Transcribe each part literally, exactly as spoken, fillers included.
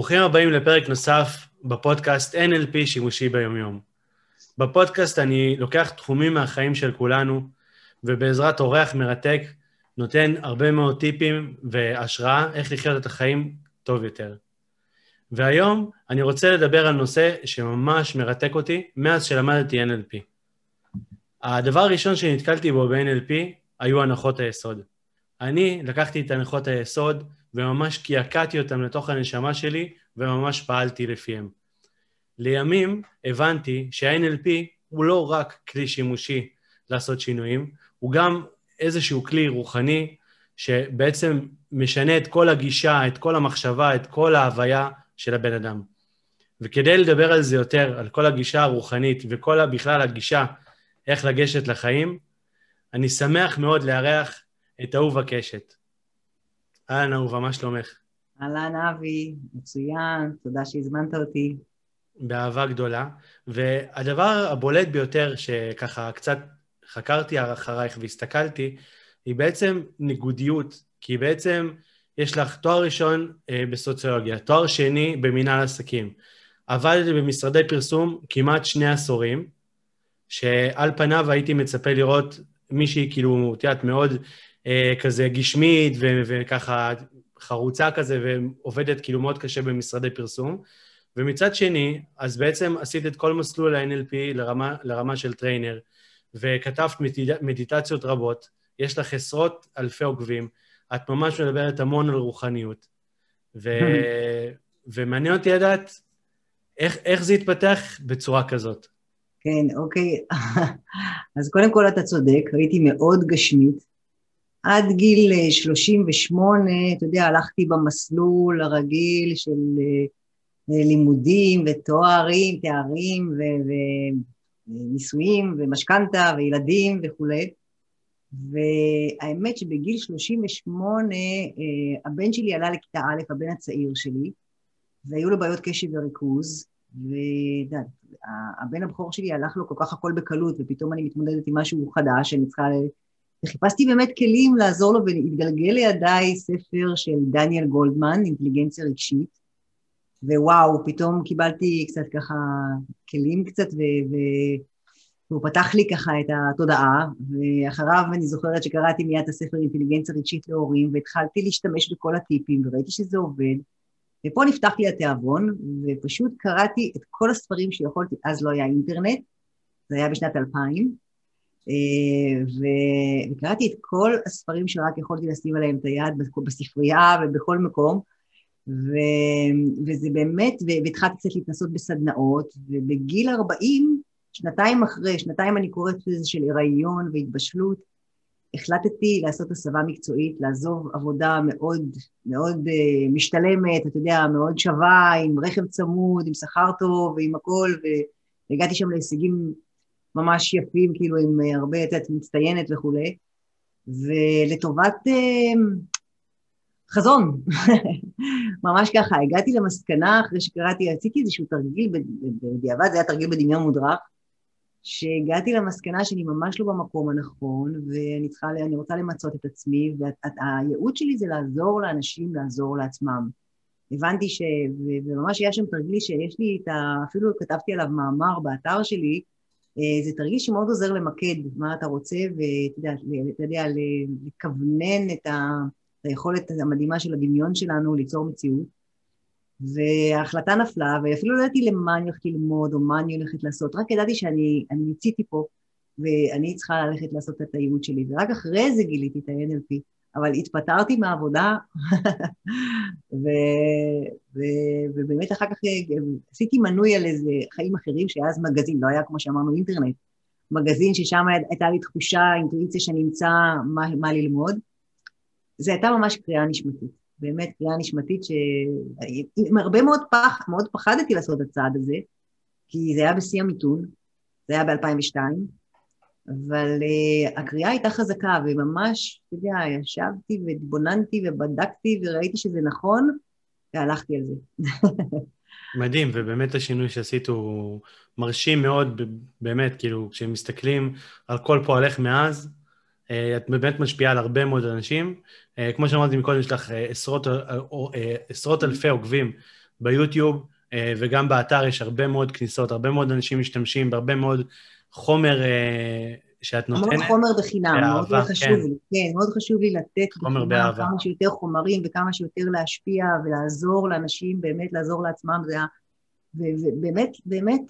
ברוכים הבאים לפרק נוסף בפודקאסט אן אל פי שימושי ביומיום. בפודקאסט אני לוקח תחומים מהחיים של כולנו, ובעזרת אורח מרתק נותן הרבה מאוד טיפים והשראה איך לחיות את החיים טוב יותר. והיום אני רוצה לדבר על נושא שממש מרתק אותי מאז שלמדתי אן אל פי. הדבר הראשון שנתקלתי בו ב-אן אל פי היו הנחות היסוד. אני לקחתי את הנחות היסוד וממש קעקעתי אותם לתוך הנשמה שלי וממש פעלתי לפיהם. לימים הבנתי שה-אן אל פי הוא לא רק כלי שימושי לעשות שינויים, הוא גם איזשהו כלי רוחני שבעצם משנה את כל הגישה, את כל המחשבה, את כל ההוויה של הבן אדם. וכדי לדבר על זה יותר, על כל הגישה הרוחנית וכל בכלל הגישה איך לגשת לחיים, אני שמח מאוד לארח את אהובה קשת. אהלן אהובה, מה שלומך? אהלן אבי, מצוין, תודה שהזמנת אותי. באהבה גדולה, והדבר הבולט ביותר שככה קצת חקרתי אחרייך והסתכלתי, היא בעצם ניגודיות, כי בעצם יש לך תואר ראשון אה, בסוציולוגיה, תואר שני במנהל עסקים, עבדת במשרדי פרסום כמעט שני עשורים, שעל פניו הייתי מצפה לראות מישהי כאילו, תיאת מאוד אה, כזה גשמית ו- וככה חרוצה כזה, ועובדת כאילו מאוד קשה במשרדי פרסום, ומצד שני, אז בעצם עשית את כל מסלול ה-אן אל פי לרמה, לרמה של טריינר, וכתבת מדיטציות רבות, יש לך עשרות אלפי עוקבים, את ממש מדברת המון על רוחניות, ו... ומעניין אותי לדעת איך, איך זה התפתח בצורה כזאת. כן, אוקיי. אז קודם כל אתה צודק, הייתי מאוד גשמית. עד גיל שלושים ושמונה, אתה יודע, הלכתי במסלול הרגיל של לימודים ותוארים, תארים ונישואים ומשכנתה וילדים וכו'. והאמת שבגיל שלושים ושמונה הבן שלי עלה לכיתה א', הבן הצעיר שלי, והיו לו בעיות קשב וריכוז, והבן הבכור שלי הלך לו כל כך הכל בקלות, ופתאום אני מתמודדת עם משהו חדש, אני צריכה, וחיפשתי באמת כלים לעזור לו, והתגלגל לידיי ספר של דניאל גולדמן, אינטליגנציה רגשית, ווואו, פתאום קיבלתי קצת ככה כלים קצת, ו... והוא פתח לי ככה את התודעה, ואחריו אני זוכרת שקראתי מיד את הספר אינטליגנציה רגשית להורים, והתחלתי להשתמש בכל הטיפים, וראיתי שזה עובד, ופה נפתח לי התיאבון, ופשוט קראתי את כל הספרים שיכולתי, אז לא היה אינטרנט, זה היה בשנת אלפיים, וקראתי את כל הספרים שרק יכולתי לשים עליהם את היד בספרייה ובכל מקום, וזה באמת, והתחלתי קצת להתנסות בסדנאות, ובגיל ארבעים, שנתיים אחרי, שנתיים אני קוראת לזה של הריון והתבשלות, החלטתי לעשות הסבה מקצועית, לעזוב עבודה מאוד, מאוד uh, משתלמת, אתה יודע, מאוד שווה, עם רכב צמוד, עם שכר טוב ועם הכל, והגעתי שם להישגים ממש יפים, כאילו עם uh, הרבה יתת מצטיינת וכו'. ולטובת uh, חזון, ממש ככה, הגעתי למסקנה אחרי שקראתי, עשיתי איזשהו תרגיל, בדיעבד זה היה תרגיל בדמיון מודרך, שהגעתי למסקנה שאני ממש לא במקום הנכון, ואני צריכה, אני רוצה למצות את עצמי, והייעוד שלי זה לעזור לאנשים, לעזור לעצמם. הבנתי ש... וממש היה שם תרגיל שיש לי את ה... אפילו כתבתי עליו מאמר באתר שלי, זה תרגיל שמאוד עוזר למקד מה אתה רוצה, ואתה יודע, אתה יודע, לכוונן את ה... היכולת המדהימה של הדמיון שלנו ליצור מציאות, וההחלטה נפלה, ואפילו לא ידעתי למה אני הולכת ללמוד, או מה אני הולכת לעשות, רק ידעתי שאני מציתי פה, ואני צריכה ללכת לעשות את הייעוד שלי, ורק אחרי זה גיליתי את ה-אן אל פי, אבל התפטרתי מהעבודה, ו... ו... ובאמת אחר כך עשיתי מנוי על איזה חיים אחרים, שהיה אז מגזין, לא היה כמו שאמרנו אינטרנט, מגזין ששם הייתה לי תחושה, אינטואיציה שנמצא מה, מה ללמוד, זה הייתה ממש קריאה נשמתית, באמת קריאה נשמתית שעם הרבה מאוד פח, מאוד פחדתי לעשות את הצעד הזה, כי זה היה בשיא המיתון, זה היה ב-אלפיים ושתיים, אבל uh, הקריאה הייתה חזקה, וממש, אתה יודע, ישבתי והתבוננתי ובדקתי וראיתי שזה נכון, והלכתי על זה. מדהים, ובאמת השינוי שעשית הוא מרשים מאוד, באמת, כאילו, כשמסתכלים על כל פועלך מאז, את באמת משפיעה על הרבה מאוד אנשים, כמו שאמרתי מקודם, יש לך עשרות, עשרות אלפי עוקבים ביוטיוב, וגם באתר יש הרבה מאוד כניסות, הרבה מאוד אנשים משתמשים, בהרבה מאוד חומר שאת נותנת. המון חומר בחינם, מאוד חשוב לי, כן, מאוד חשוב לי לתת בחינם כמה שיותר חומרים וכמה שיותר להשפיע ולעזור לאנשים, באמת לעזור לעצמם, ובאמת, באמת,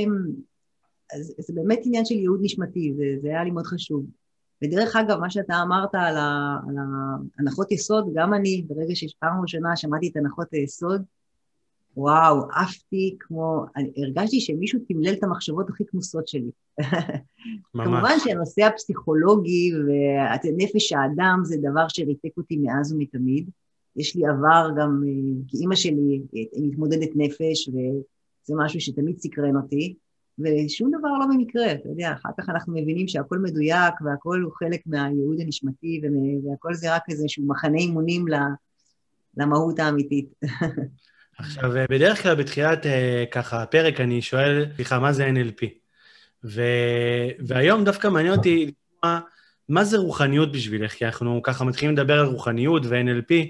זה באמת עניין של ייעוד נשמתי, זה היה לי מאוד חשוב. ודרך אגב, מה שאתה אמרת על הנחות יסוד, גם אני, ברגע שפעם ראשונה שמעתי את הנחות היסוד, וואו, עפתי כמו, הרגשתי שמישהו תמלל את המחשבות הכי כמוסות שלי. ממש. כמובן שהנושא הפסיכולוגי ונפש האדם זה דבר שריתק אותי מאז ומתמיד. יש לי עבר גם, כי אמא שלי מתמודדת נפש, וזה משהו שתמיד סקרן אותי, ושום דבר לא במקרה, אתה יודע, אחר כך אנחנו מבינים שהכל מדויק, והכל הוא חלק מהייעוד הנשמתי, והכל זה רק איזשהו מחנה אימונים למהות האמיתית. עכשיו, בדרך כלל בתחילת ככה הפרק אני שואל, סליחה, מה זה אן אל פי? ו... והיום דווקא מעניין אותי מה, מה זה רוחניות בשבילך, כי אנחנו ככה מתחילים לדבר על רוחניות ו-אן אל פי,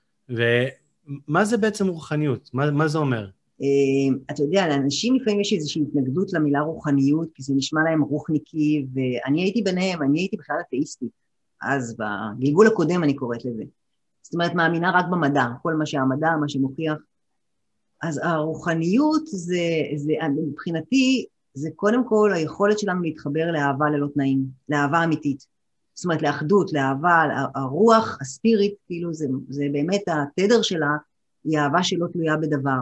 ומה זה בעצם רוחניות? מה, מה זה אומר? אתה יודע, לאנשים לפעמים יש איזושהי התנגדות למילה רוחניות, כי זה נשמע להם רוחניקי, ואני הייתי ביניהם, אני הייתי בכלל אתאיסטית, אז בגלגול הקודם אני קוראת לזה. זאת אומרת, מאמינה רק במדע, כל מה שהמדע, מה שמוכיח. אז הרוחניות זה, זה, מבחינתי, זה קודם כל היכולת שלנו להתחבר לאהבה ללא תנאים, לאהבה אמיתית. זאת אומרת, לאחדות, לאהבה, הרוח, הספיריט, כאילו זה, זה באמת התדר שלה, היא אהבה שלא תלויה בדבר.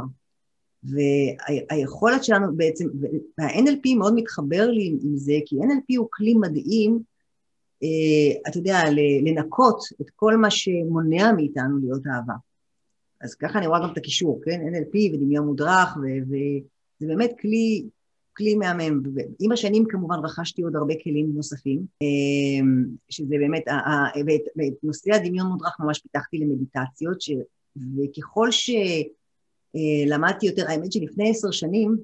והיכולת שלנו בעצם, וה-אן אל פי מאוד מתחבר לי עם זה, כי אן אל פי הוא כלי מדהים, אתה יודע, לנקות את כל מה שמונע מאיתנו להיות אהבה. אז ככה אני רואה גם את הקישור, כן? אן אל פי ודמיון מודרך, וזה באמת כלי, כלי מהמם. עם השנים כמובן רכשתי עוד הרבה כלים נוספים, שזה באמת, ואת נושא הדמיון מודרך ממש פיתחתי למדיטציות, וככל שלמדתי יותר, האמת שלפני עשר שנים,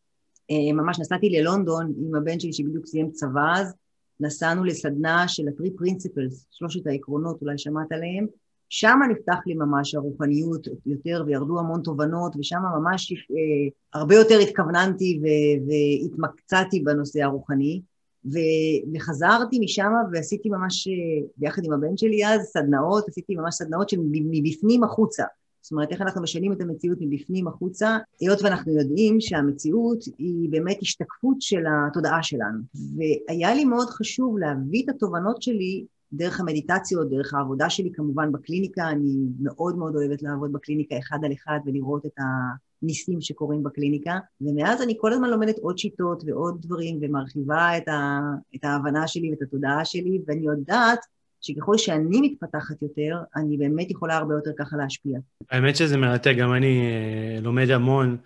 ממש נסעתי ללונדון עם הבן שלי שבדיוק סיים צבא אז, נסענו לסדנה של ה-Three Principles, שלושת העקרונות, אולי שמעת עליהם, שם נפתח לי ממש הרוחניות יותר, וירדו המון תובנות, ושם ממש אה, הרבה יותר התכווננתי ו- והתמקצעתי בנושא הרוחני, ו- וחזרתי משם ועשיתי ממש, ביחד עם הבן שלי אז, סדנאות, עשיתי ממש סדנאות שמבפנים החוצה, זאת אומרת, איך אנחנו משנים את המציאות מבפנים החוצה, היות ואנחנו יודעים שהמציאות היא באמת השתקפות של התודעה שלנו, והיה לי מאוד חשוב להביא את התובנות שלי, דרך המדיטציות, דרך העבודה שלי, כמובן בקליניקה, אני מאוד מאוד אוהבת לעבוד בקליניקה אחד על אחד, ולראות את הניסים שקורים בקליניקה, ומאז אני כל הזמן לומדת עוד שיטות ועוד דברים, ומרחיבה את, ה, את ההבנה שלי ואת התודעה שלי, ואני יודעת שככל שאני מתפתחת יותר, אני באמת יכולה הרבה יותר ככה להשפיע. האמת שזה מרתק, גם אני לומד המון,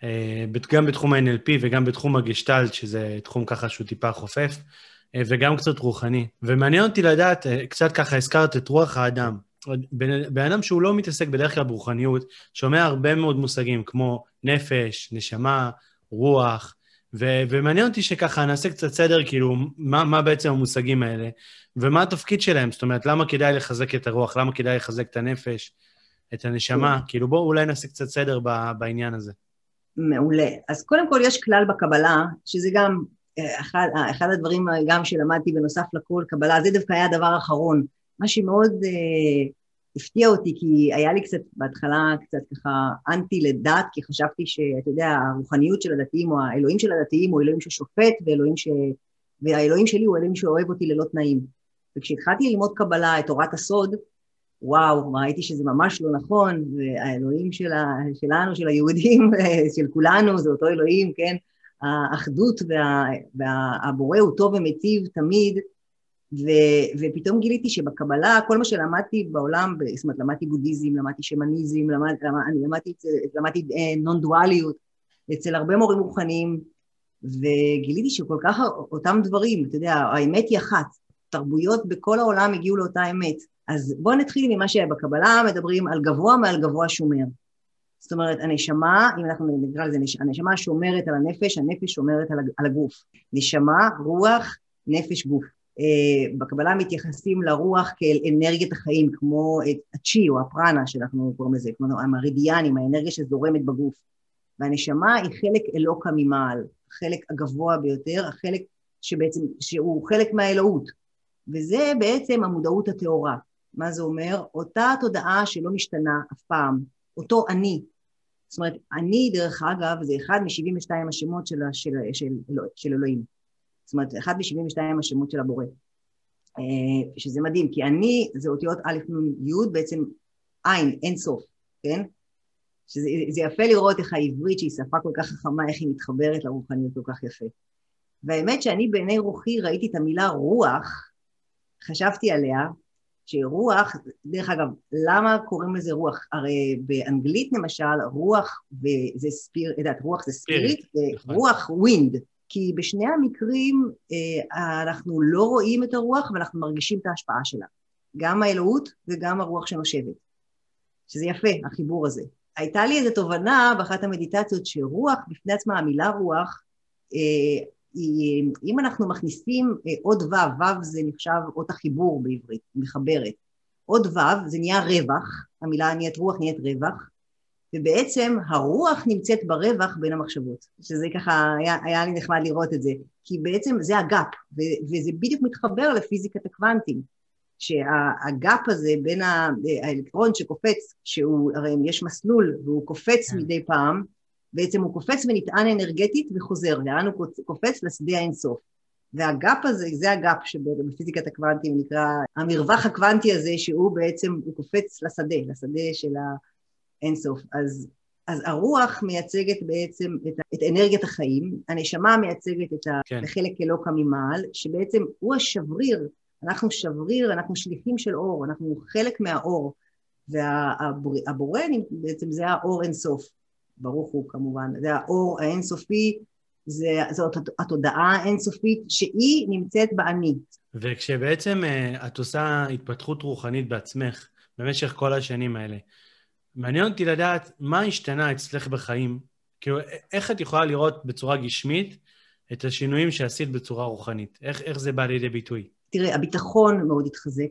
גם בתחום ה-אן אל פי וגם בתחום הגשטלט, שזה תחום ככה שהוא טיפה חופף, וגם קצת רוחני. ומעניין אותי לדעת, קצת ככה הזכרת את רוח האדם. בן אדם שהוא לא מתעסק בדרך כלל ברוחניות, שומע הרבה מאוד מושגים, כמו נפש, נשמה, רוח, ו- ומעניין אותי שככה נעשה קצת סדר, כאילו, מה, מה בעצם המושגים האלה, ומה התפקיד שלהם, זאת אומרת, למה כדאי לחזק את הרוח, למה כדאי לחזק את הנפש, את הנשמה, כאילו בואו אולי נעשה קצת סדר ב- בעניין הזה. מעולה. אז קודם כל יש כלל בקבלה, שזה גם אחד, אחד הדברים גם שלמדתי בנוסף לכל קבלה, זה דווקא היה הדבר האחרון, מה שמאוד אה, הפתיע אותי, כי היה לי קצת בהתחלה קצת ככה אנטי לדת, כי חשבתי שאתה יודע, הרוחניות של הדתיים, או האלוהים של הדתיים, הוא אלוהים ששופט, ואלוהים ש... והאלוהים שלי הוא אלוהים שאוהב אותי ללא תנאים. וכשהתחלתי ללמוד קבלה את תורת הסוד, וואו, ראיתי שזה ממש לא נכון, והאלוהים שלה, שלנו, של היהודים, של כולנו, זה אותו אלוהים, כן? האחדות וה, והבורא הוא טוב ומיטיב תמיד, ו, ופתאום גיליתי שבקבלה, כל מה שלמדתי בעולם, זאת אומרת, למדתי בודהיזם, למדתי שמניזם, למד, למד, למדתי, למדתי נון-דואליות, אצל הרבה מורים רוחניים, וגיליתי שכל כך אותם דברים, אתה יודע, האמת היא אחת, תרבויות בכל העולם הגיעו לאותה אמת, אז בואו נתחיל ממה שבקבלה מדברים על גבוה מעל גבוה שומר. זאת אומרת, הנשמה, אם אנחנו נקרא לזה, הנשמה שומרת על הנפש, הנפש שומרת על הגוף. נשמה, רוח, נפש, גוף. בקבלה מתייחסים לרוח כאל אנרגיית החיים, כמו הצ'י או הפרנה שאנחנו קוראים לזה, כמו המרידיאנים, האנרגיה שזורמת בגוף. והנשמה היא חלק אלוקה ממעל, החלק הגבוה ביותר, החלק שבעצם, שהוא חלק מהאלוהות. וזה בעצם המודעות התאורה. מה זה אומר? אותה תודעה שלא משתנה אף פעם, אותו אני. זאת אומרת, אני דרך אגב, זה אחד מ-שבעים ושתיים השמות של, של, של, של אלוהים. זאת אומרת, אחד מ-שבעים ושתיים השמות של הבורא. שזה מדהים, כי אני, זה אותיות א' נ' י', בעצם עין, אין סוף, כן? שזה, זה יפה לראות איך העברית, שהיא שפה כל כך חכמה, איך היא מתחברת לרוחניות כל כך יפה. והאמת שאני בעיני רוחי ראיתי את המילה רוח, חשבתי עליה, שרוח, דרך אגב, למה קוראים לזה רוח? הרי באנגלית למשל, רוח וזה ספיר, יודעת, רוח זה ספיריט, ורוח ווינד, כי בשני המקרים אנחנו לא רואים את הרוח, ואנחנו מרגישים את ההשפעה שלה. גם האלוהות וגם הרוח שנושבת. שזה יפה, החיבור הזה. הייתה לי איזו תובנה באחת המדיטציות שרוח, בפני עצמה המילה רוח, אם אנחנו מכניסים עוד ו', ו' זה נחשב אות החיבור בעברית, מחברת. עוד ו' זה נהיה רווח, המילה נהיית רוח נהיית רווח, ובעצם הרוח נמצאת ברווח בין המחשבות, שזה ככה היה, היה לי נחמד לראות את זה, כי בעצם זה הגאפ, וזה בדיוק מתחבר לפיזיקת הקוונטים, שהגאפ הזה בין האלקטרון שקופץ, שהוא, הרי יש מסלול והוא קופץ מדי פעם, בעצם הוא קופץ ונטען אנרגטית וחוזר, לאן הוא קופץ? לשדה האינסוף. והגאפ הזה, זה הגאפ שבפיזיקת הקוונטים נקרא, המרווח הקוונטי הזה שהוא בעצם, הוא קופץ לשדה, לשדה של האינסוף. אז, אז הרוח מייצגת בעצם את, את אנרגיית החיים, הנשמה מייצגת את כן. החלק אלוקה ממעל, שבעצם הוא השבריר, אנחנו שבריר, אנחנו שליחים של אור, אנחנו חלק מהאור, והבורא בעצם זה האור אינסוף. ברוך הוא כמובן, זה האור האינסופי, זאת התודעה האינסופית שהיא נמצאת באני. וכשבעצם את עושה התפתחות רוחנית בעצמך, במשך כל השנים האלה, מעניין אותי לדעת מה השתנה אצלך בחיים, כאילו איך את יכולה לראות בצורה גשמית את השינויים שעשית בצורה רוחנית, איך, איך זה בא לידי ביטוי? תראה, הביטחון מאוד התחזק,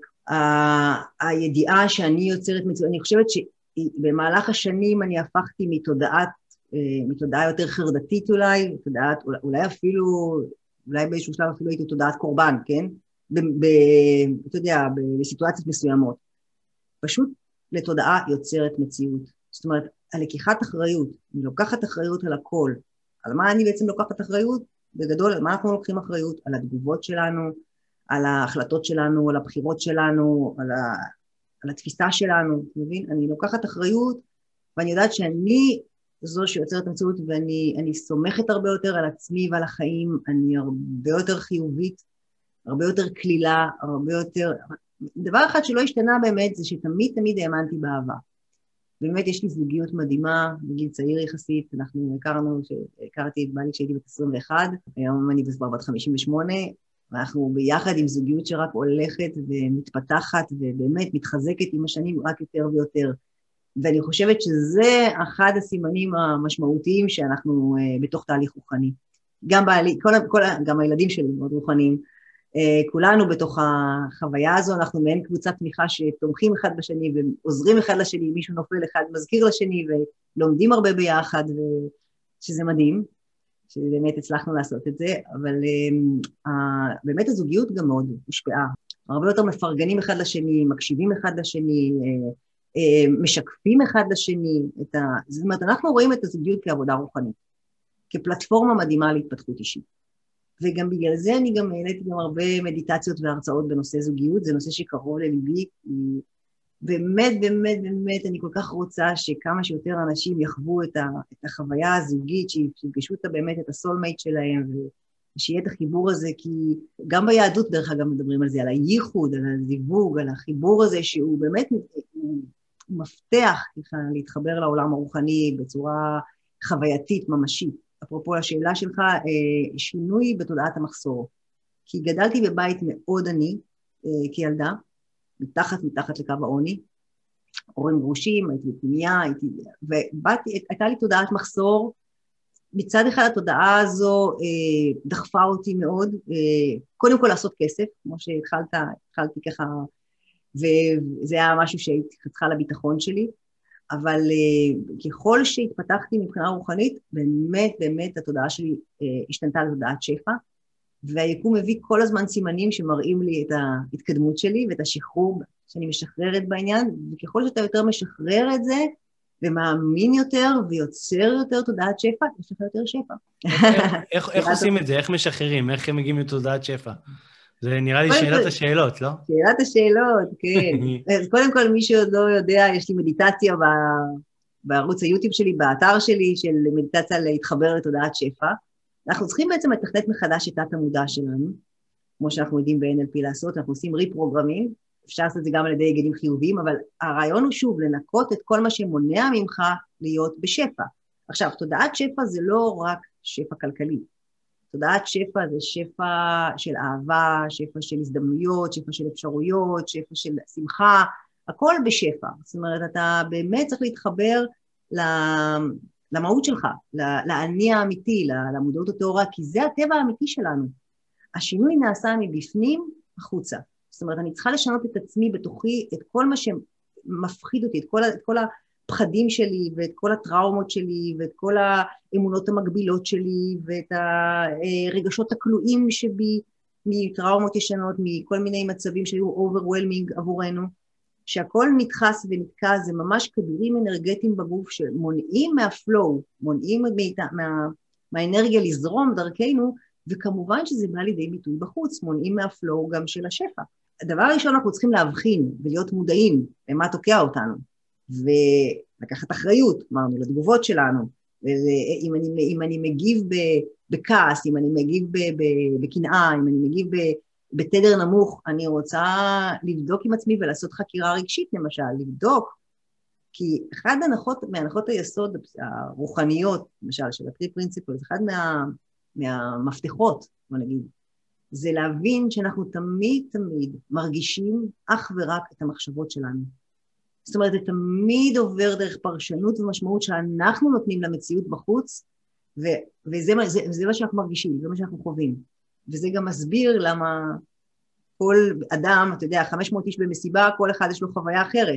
ה- הידיעה שאני יוצרת מצוין, אני חושבת ש... במהלך השנים אני הפכתי מתודעת, מתודעה יותר חרדתית אולי, תודעת, אולי אפילו, אולי באיזשהו שלב אפילו הייתי תודעת קורבן, כן? ב, ב, אתה יודע, בסיטואציות מסוימות. פשוט לתודעה יוצרת מציאות. זאת אומרת, הלקיחת אחריות, אני לוקחת אחריות על הכל. על מה אני בעצם לוקחת אחריות? בגדול, על מה אנחנו לוקחים אחריות? על התגובות שלנו, על ההחלטות שלנו, על הבחירות שלנו, על ה... על התפיסה שלנו, מבין? אני לוקחת אחריות, ואני יודעת שאני זו שיוצרת המציאות, ואני אני סומכת הרבה יותר על עצמי ועל החיים, אני הרבה יותר חיובית, הרבה יותר כלילה, הרבה יותר... דבר אחד שלא השתנה באמת, זה שתמיד תמיד האמנתי באהבה. באמת יש לי זוגיות מדהימה, בגיל צעיר יחסית, אנחנו הכרנו, הכרתי את בעלי כשהייתי בת עשרים ואחת, היום אני כבר בת חמישים ושמונה, ואנחנו ביחד עם זוגיות שרק הולכת ומתפתחת ובאמת מתחזקת עם השנים רק יותר ויותר. ואני חושבת שזה אחד הסימנים המשמעותיים שאנחנו uh, בתוך תהליך רוחני. גם, בעלי, כל, כל, גם הילדים שלי מאוד רוחניים, uh, כולנו בתוך החוויה הזו, אנחנו מעין קבוצת תמיכה שתומכים אחד בשני ועוזרים אחד לשני, מישהו נופל אחד מזכיר לשני ולומדים הרבה ביחד, שזה מדהים. שבאמת הצלחנו לעשות את זה, אבל uh, באמת הזוגיות גם מאוד הושפעה. הרבה יותר מפרגנים אחד לשני, מקשיבים אחד לשני, uh, uh, משקפים אחד לשני. את ה... זאת אומרת, אנחנו רואים את הזוגיות כעבודה רוחנית, כפלטפורמה מדהימה להתפתחות אישית. וגם בגלל זה אני גם העליתי גם הרבה מדיטציות והרצאות בנושא זוגיות, זה נושא שקרוב לליבי, באמת, באמת, באמת, אני כל כך רוצה שכמה שיותר אנשים יחוו את, ה, את החוויה הזוגית, שיפגשו אותה באמת את הסולמייט שלהם, ושיהיה את החיבור הזה, כי גם ביהדות דרך אגב מדברים על זה, על הייחוד, על הזיווג, על החיבור הזה, שהוא באמת הוא מפתח ככה, להתחבר לעולם הרוחני בצורה חווייתית, ממשית. אפרופו השאלה שלך, שינוי בתודעת המחסור. כי גדלתי בבית מאוד עני, כילדה, מתחת, מתחת לקו העוני, הורים גרושים, הייתי בפנימיה, הייתי, ובאתי, הייתה לי תודעת מחסור, מצד אחד התודעה הזו אה, דחפה אותי מאוד, אה, קודם כל לעשות כסף, כמו שהתחלת, התחלתי ככה, וזה היה משהו שהייתי חתכה לביטחון שלי, אבל אה, ככל שהתפתחתי מבחינה רוחנית, באמת באמת התודעה שלי אה, השתנתה לתודעת שפע, והיקום מביא כל הזמן סימנים שמראים לי את ההתקדמות שלי ואת השחרור שאני משחררת בעניין, וככל שאתה יותר משחרר את זה, ומאמין יותר ויוצר יותר תודעת שפע, יש לך יותר שפע. איך עושים את זה? איך משחררים? איך הם מגיעים לתודעת שפע? זה נראה לי שאלת השאלות, לא? שאלת השאלות, כן. אז קודם כל, מי שעוד לא יודע, יש לי מדיטציה בערוץ היוטיוב שלי, באתר שלי, של מדיטציה להתחבר לתודעת שפע. אנחנו צריכים בעצם לתכנת מחדש את תת המודע שלנו, כמו שאנחנו יודעים ב-אן אל פי לעשות, אנחנו עושים ריפרוגרמינג, אפשר לעשות את זה גם על ידי היגדים חיוביים, אבל הרעיון הוא שוב לנקות את כל מה שמונע ממך להיות בשפע. עכשיו, תודעת שפע זה לא רק שפע כלכלי, תודעת שפע זה שפע של אהבה, שפע של הזדמנויות, שפע של אפשרויות, שפע של שמחה, הכל בשפע. זאת אומרת, אתה באמת צריך להתחבר למהות שלך, לעני האמיתי, למודעות התאורה, כי זה הטבע האמיתי שלנו. השינוי נעשה מבפנים החוצה. זאת אומרת, אני צריכה לשנות את עצמי בתוכי, את כל מה שמפחיד אותי, את כל, את כל הפחדים שלי, ואת כל הטראומות שלי, ואת כל האמונות המקבילות שלי, ואת הרגשות הכלואים שבי, מטראומות ישנות, מכל מיני מצבים שהיו overwhelming עבורנו, שהכל נדחס ונתקע, זה ממש כדורים אנרגטיים בגוף שמונעים מהפלואו, מונעים מה, מה, מהאנרגיה לזרום דרכנו, וכמובן שזה בא לידי ביטוי בחוץ, מונעים מהפלואו גם של השפע. הדבר הראשון אנחנו צריכים להבחין ולהיות מודעים למה תוקע אותנו, ולקחת אחריות, אמרנו, לתגובות שלנו, ואם אני, אם אני מגיב בכעס, אם אני מגיב בקנאה, אם אני מגיב בתדר נמוך, אני רוצה לבדוק עם עצמי ולעשות חקירה רגשית למשל, לבדוק, כי אחד מהנחות, מהנחות היסוד הרוחניות, למשל, של הטרי פרינציפלס, אחד מה, מהמפתחות, בוא נגיד, זה להבין שאנחנו תמיד תמיד מרגישים אך ורק את המחשבות שלנו. זאת אומרת, זה תמיד עובר דרך פרשנות ומשמעות שאנחנו נותנים למציאות בחוץ, ו- וזה זה, זה מה שאנחנו מרגישים, זה מה שאנחנו חווים. וזה גם מסביר למה כל אדם, אתה יודע, חמש מאות איש במסיבה, כל אחד יש לו חוויה אחרת.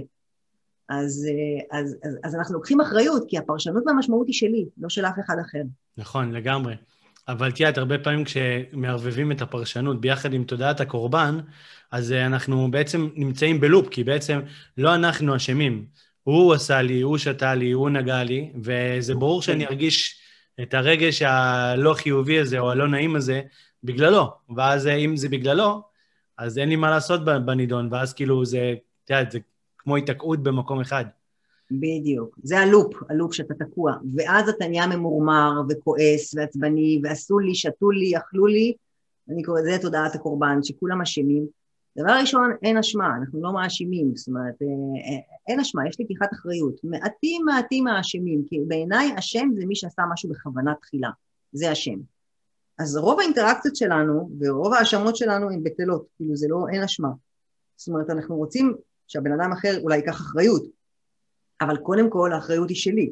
אז, אז, אז, אז אנחנו לוקחים אחריות, כי הפרשנות והמשמעות היא שלי, לא של אף אחד אחר. נכון, לגמרי. אבל תראה, הרבה פעמים כשמערבבים את הפרשנות ביחד עם תודעת הקורבן, אז אנחנו בעצם נמצאים בלופ, כי בעצם לא אנחנו אשמים. הוא עשה לי, הוא שתה לי, הוא נגע לי, וזה ברור שאני ארגיש את הרגש הלא חיובי הזה או הלא נעים הזה בגללו. ואז אם זה בגללו, אז אין לי מה לעשות בנידון, ואז כאילו זה, תראה, זה כמו התעקעות במקום אחד. בדיוק, זה הלופ, הלופ שאתה תקוע, ואז אתה נהיה ממורמר וכועס ועצבני, ועשו לי, שתו לי, אכלו לי, אני קורא, זה תודעת הקורבן, שכולם אשמים. דבר ראשון, אין אשמה, אנחנו לא מאשימים, זאת אומרת, אין אשמה, יש לקיחת אחריות, מעטים מעטים מהאשמים, כי בעיניי השם זה מי שעשה משהו בכוונה תחילה, זה השם. אז רוב האינטראקציות שלנו, ורוב האשמות שלנו הן בטלות, כאילו זה לא, אין אשמה. זאת אומרת, אנחנו רוצים שהבן אדם אחר אולי ייקח אחריות, אבל קודם כל האחריות היא שלי.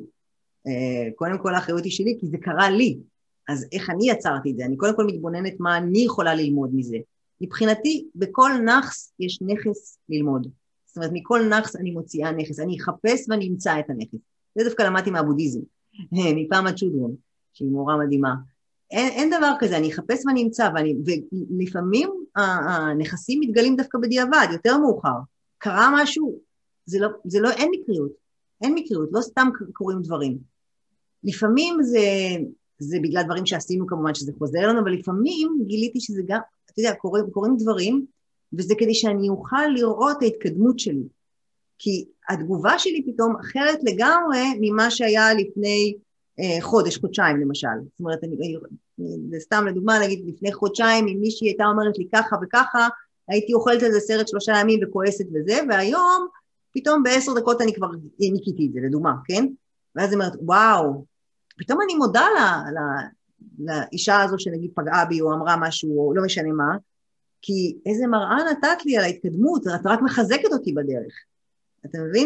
קודם כל האחריות היא שלי, כי זה קרה לי. אז איך אני יצרתי את זה? אני קודם כל מתבוננת מה אני יכולה ללמוד מזה. מבחינתי, בכל נחס יש נכס ללמוד. זאת אומרת, מכל נחס אני מוציאה נכס. אני אחפש ואני אמצא את הנכס. זה דווקא למדתי מהבודהיזם, מפעם הצ'ודרון, שהיא מורה מדהימה. אין, אין דבר כזה, אני אחפש ואני אמצא, ואני, ולפעמים הנכסים מתגלים דווקא בדיעבד, יותר מאוחר. קרה משהו, זה לא, זה לא, אין מקריות. אין מקריות, לא סתם קוראים דברים. לפעמים זה, זה בגלל דברים שעשינו כמובן שזה חוזר לנו, אבל לפעמים גיליתי שזה גם, אתה יודע, קוראים, קוראים דברים, וזה כדי שאני אוכל לראות את ההתקדמות שלי. כי התגובה שלי פתאום אחרת לגמרי ממה שהיה לפני אה, חודש, חודשיים למשל. זאת אומרת, אני, אני, סתם לדוגמה, נגיד לפני חודשיים, אם מישהי הייתה אומרת לי ככה וככה, הייתי אוכלת איזה סרט שלושה ימים וכועסת וזה, והיום, פתאום בעשר דקות אני כבר ניקיתי את זה, לדוגמה, כן? ואז היא אומרת, וואו, פתאום אני מודה לה, לה, לאישה הזו שנגיד פגעה בי, או אמרה משהו, או לא משנה מה, כי איזה מראה נתת לי על ההתקדמות, את רק מחזקת אותי בדרך. אתה מבין?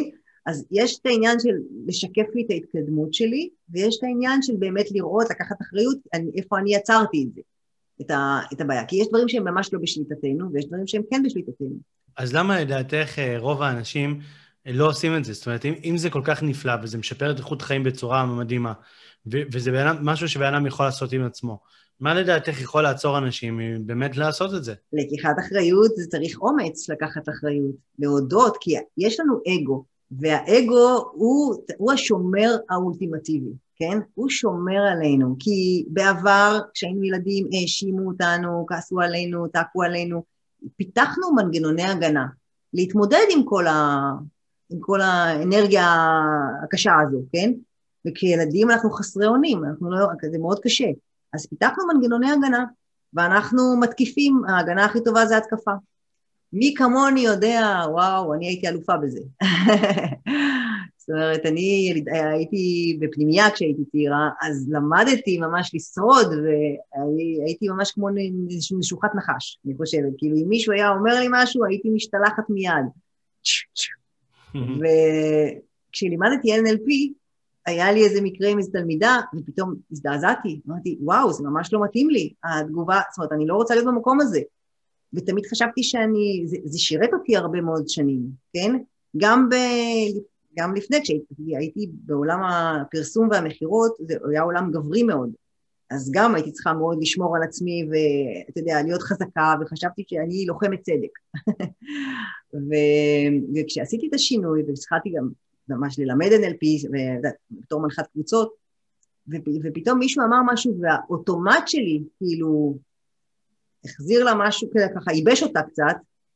אז יש את העניין של לשקף לי את ההתקדמות שלי, ויש את העניין של באמת לראות, לקחת אחריות, אני, איפה אני יצרתי את זה, את, ה, את הבעיה. כי יש דברים שהם ממש לא בשליטתנו, ויש דברים שהם כן בשליטתנו. אז למה לדעתך רוב האנשים לא עושים את זה? זאת אומרת, אם, אם זה כל כך נפלא, וזה משפר את איכות חיים בצורה מדהימה, ו- וזה בענם, משהו שבענם יכול לעשות עם עצמו, מה לדעתך יכול לעצור אנשים באמת לעשות את זה? לקיחת אחריות, זה צריך אומץ לקחת אחריות, להודות, כי יש לנו אגו, והאגו הוא, הוא השומר האולטימטיבי, כן? הוא שומר עלינו, כי בעבר, כשהיינו ילדים, האשימו אותנו, כעסו עלינו, תעקו עלינו, פיתחנו מנגנוני הגנה, להתמודד עם כל, ה, עם כל האנרגיה הקשה הזו, כן? וכילדים אנחנו חסרי אונים, אנחנו לא, זה מאוד קשה. אז פיתחנו מנגנוני הגנה, ואנחנו מתקיפים, ההגנה הכי טובה זה התקפה. מי כמוני יודע, וואו, אני הייתי אלופה בזה. זאת אומרת, אני הייתי בפנימייה כשהייתי צעירה, אז למדתי ממש לשרוד, והייתי ממש כמו נשוכת נחש, אני חושבת. כאילו, אם מישהו היה אומר לי משהו, הייתי משתלחת מיד. וכשלימדתי אן אל פי, היה לי איזה מקרה עם איזו תלמידה, ופתאום הזדעזעתי, אמרתי, וואו, זה ממש לא מתאים לי, התגובה, זאת אומרת, אני לא רוצה להיות במקום הזה. ותמיד חשבתי שאני, זה, זה שירת אותי הרבה מאוד שנים, כן? גם, ב, גם לפני, כשהייתי בעולם הפרסום והמחירות, זה היה עולם גברי מאוד, אז גם הייתי צריכה מאוד לשמור על עצמי, ואתה יודע, להיות חזקה, וחשבתי שאני לוחמת צדק. ו, וכשעשיתי את השינוי, והצלחתי גם ממש ללמד אן אל פי, ובתור מנחת קבוצות, ופתאום מישהו אמר משהו, והאוטומט שלי, כאילו, החזיר לה משהו כזה, ככה, ייבש אותה קצת,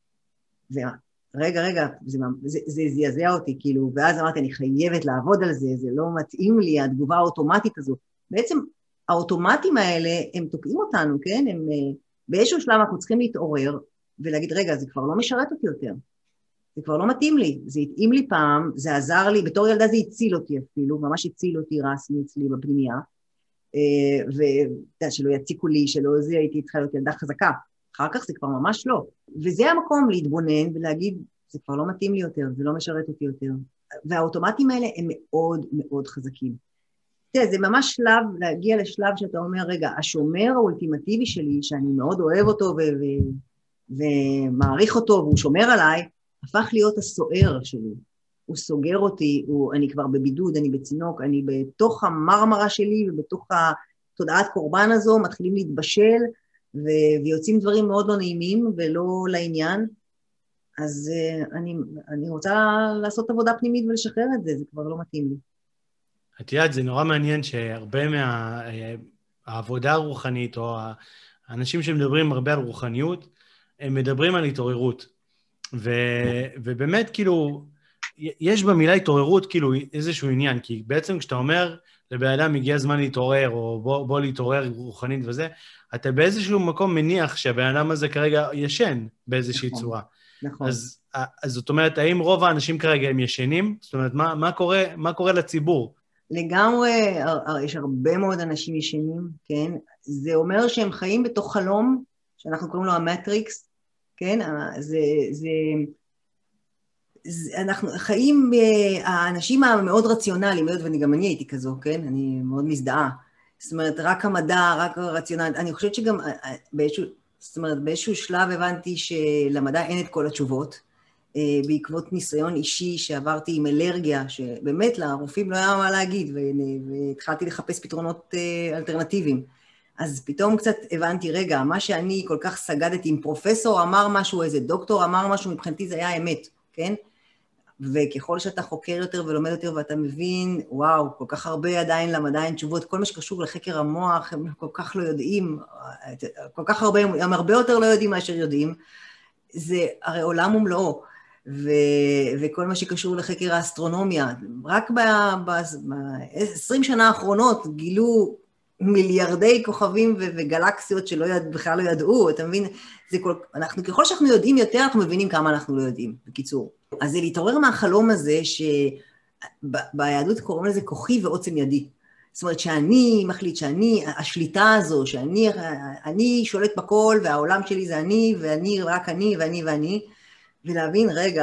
ורגע, רגע, זה, זה, זה זעזע אותי, כאילו, ואז אמרתי, אני חייבת לעבוד על זה, זה לא מתאים לי, התגובה האוטומטית הזו. בעצם, האוטומטים האלה, הם תוקעים אותנו, כן? הם, באיזשהו שלב אנחנו צריכים להתעורר, ולהגיד, רגע, זה כבר לא משרת אותי יותר. זה כבר לא מתאים לי, זה התאים לי פעם, זה עזר לי, בתור ילדה זה הציל אותי אפילו, ממש הציל אותי רסמי אצלי בפנימייה, ושלא יציקו לי, שלא זה, הייתי צריכה להיות ילדה חזקה, אחר כך זה כבר ממש לא, וזה המקום להתבונן ולהגיד, זה כבר לא מתאים לי יותר, זה לא משרת אותי יותר, והאוטומטים האלה הם מאוד מאוד חזקים. תראה, זה ממש שלב, להגיע לשלב שאתה אומר, רגע, השומר האולטימטיבי שלי, שאני מאוד אוהב אותו ו- ו- ומעריך אותו, והוא שומר עליי, הפך להיות הסוער שלי. הוא סוגר אותי, הוא, אני כבר בבידוד, אני בצינוק, אני בתוך המרמרה שלי, ובתוך התודעת קורבן הזו, מתחילים להתבשל, ו- ויוצאים דברים מאוד לא נעימים, ולא לעניין. אז uh, אני, אני רוצה לעשות עבודה פנימית ולשחרר את זה, זה כבר לא מתאים לי. את יודעת, זה נורא מעניין שהרבה מהעבודה הרוחנית, או האנשים שמדברים הרבה על רוחניות, הם מדברים על התעוררות. ו, ובאמת, כאילו, יש במילה התעוררות, כאילו, איזשהו עניין, כי בעצם כשאתה אומר, לבן אדם הגיע הזמן להתעורר, או בוא, בוא להתעורר רוחנית וזה, אתה באיזשהו מקום מניח שהבן אדם הזה כרגע ישן באיזושהי נכון, צורה. נכון. אז, אז זאת אומרת, האם רוב האנשים כרגע הם ישנים? זאת אומרת, מה, מה קורה, מה קורה לציבור? לגמרי, יש הרבה מאוד אנשים ישנים, כן? זה אומר שהם חיים בתוך חלום, שאנחנו קוראים לו המטריקס, כן? זה, זה, זה, אנחנו חיים, האנשים המאוד רציונליים, ואני גם אני הייתי כזו, כן? אני מאוד מזדהה. זאת אומרת, רק המדע, רק הרציונל, אני חושבת שגם באיזשהו, זאת אומרת, באיזשהו שלב הבנתי שלמדע אין את כל התשובות, בעקבות ניסיון אישי שעברתי עם אלרגיה, שבאמת לרופאים לא היה מה להגיד, והתחלתי לחפש פתרונות אלטרנטיביים. אז פתאום קצת הבנתי, רגע, מה שאני כל כך סגדתי, אם פרופסור אמר משהו, איזה דוקטור אמר משהו, מבחינתי זה היה אמת, כן? וככל שאתה חוקר יותר ולומד יותר ואתה מבין, וואו, כל כך הרבה עדיין למדע אין תשובות, כל מה שקשור לחקר המוח, הם כל כך לא יודעים, כל כך הרבה, הם הרבה יותר לא יודעים מאשר יודעים, זה הרי עולם ומלואו. ו- וכל מה שקשור לחקר האסטרונומיה, רק ב-עשרים שנה האחרונות גילו מיליארדי כוכבים ו- וגלקסיות שלא יד- בכלל לא ידעו, אתה מבין? זה כל, אנחנו, ככל שאנחנו יודעים יותר, אנחנו מבינים כמה אנחנו לא יודעים, בקיצור. אז זה להתעורר מהחלום הזה, שביהדות קוראים לזה כוחי ועוצם ידי. זאת אומרת שאני מחליט שאני, השליטה הזו, שאני אני שולט בכל, והעולם שלי זה אני, ואני רק אני, ואני ואני, ולהבין, רגע,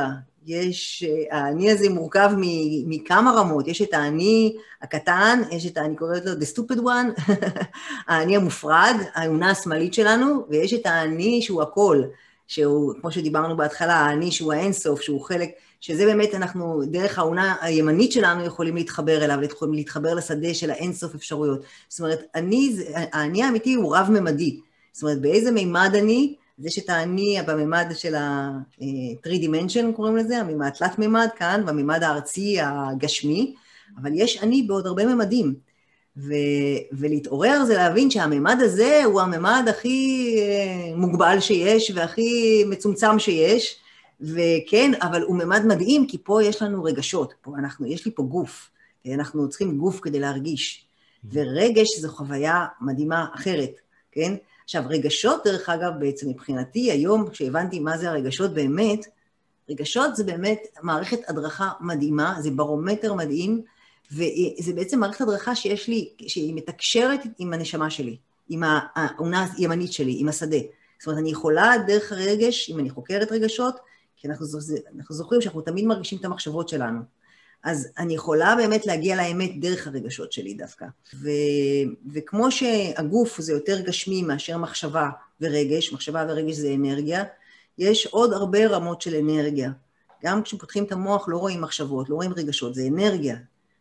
יש, האני הזה מורכב מכמה רמות, יש את האני הקטן, יש את, אני קוראת לו, the stupid one, האני המופרד, האונה השמאלית שלנו, ויש את האני שהוא הכל, שהוא, כמו שדיברנו בהתחלה, האני שהוא האינסוף, שהוא חלק, שזה באמת אנחנו, דרך האונה הימנית שלנו יכולים להתחבר אליו, יכולים להתחבר לשדה של האינסוף אפשרויות. זאת אומרת, אני, האני האמיתי הוא רב-ממדי. זאת אומרת, באיזה מימד אני, זה שאת האני בממד של ה-three dimension, קוראים לזה, הממד התלת-ממד כאן, בממד הארצי הגשמי, אבל יש אני בעוד הרבה ממדים. ו- ולהתעורר זה להבין שהממד הזה הוא הממד הכי מוגבל שיש, והכי מצומצם שיש, וכן, אבל הוא ממד מדהים, כי פה יש לנו רגשות, פה אנחנו, יש לי פה גוף, אנחנו צריכים גוף כדי להרגיש, ורגש זו חוויה מדהימה אחרת, כן? עכשיו, רגשות, דרך אגב, בעצם מבחינתי, היום, כשהבנתי מה זה הרגשות באמת, רגשות זה באמת מערכת הדרכה מדהימה, זה ברומטר מדהים, וזה בעצם מערכת הדרכה שיש לי, שהיא מתקשרת עם הנשמה שלי, עם העונה הימנית שלי, עם השדה. זאת אומרת, אני יכולה דרך הרגש, אם אני חוקרת רגשות, כי אנחנו, אנחנו זוכרים שאנחנו תמיד מרגישים את המחשבות שלנו. אז אני יכולה באמת להגיע לאמת דרך הרגשות שלי דווקא. ו, וכמו שהגוף זה יותר גשמי מאשר מחשבה ורגש, מחשבה ורגש זה אנרגיה, יש עוד הרבה רמות של אנרגיה. גם כשפותחים את המוח לא רואים מחשבות, לא רואים רגשות, זה אנרגיה.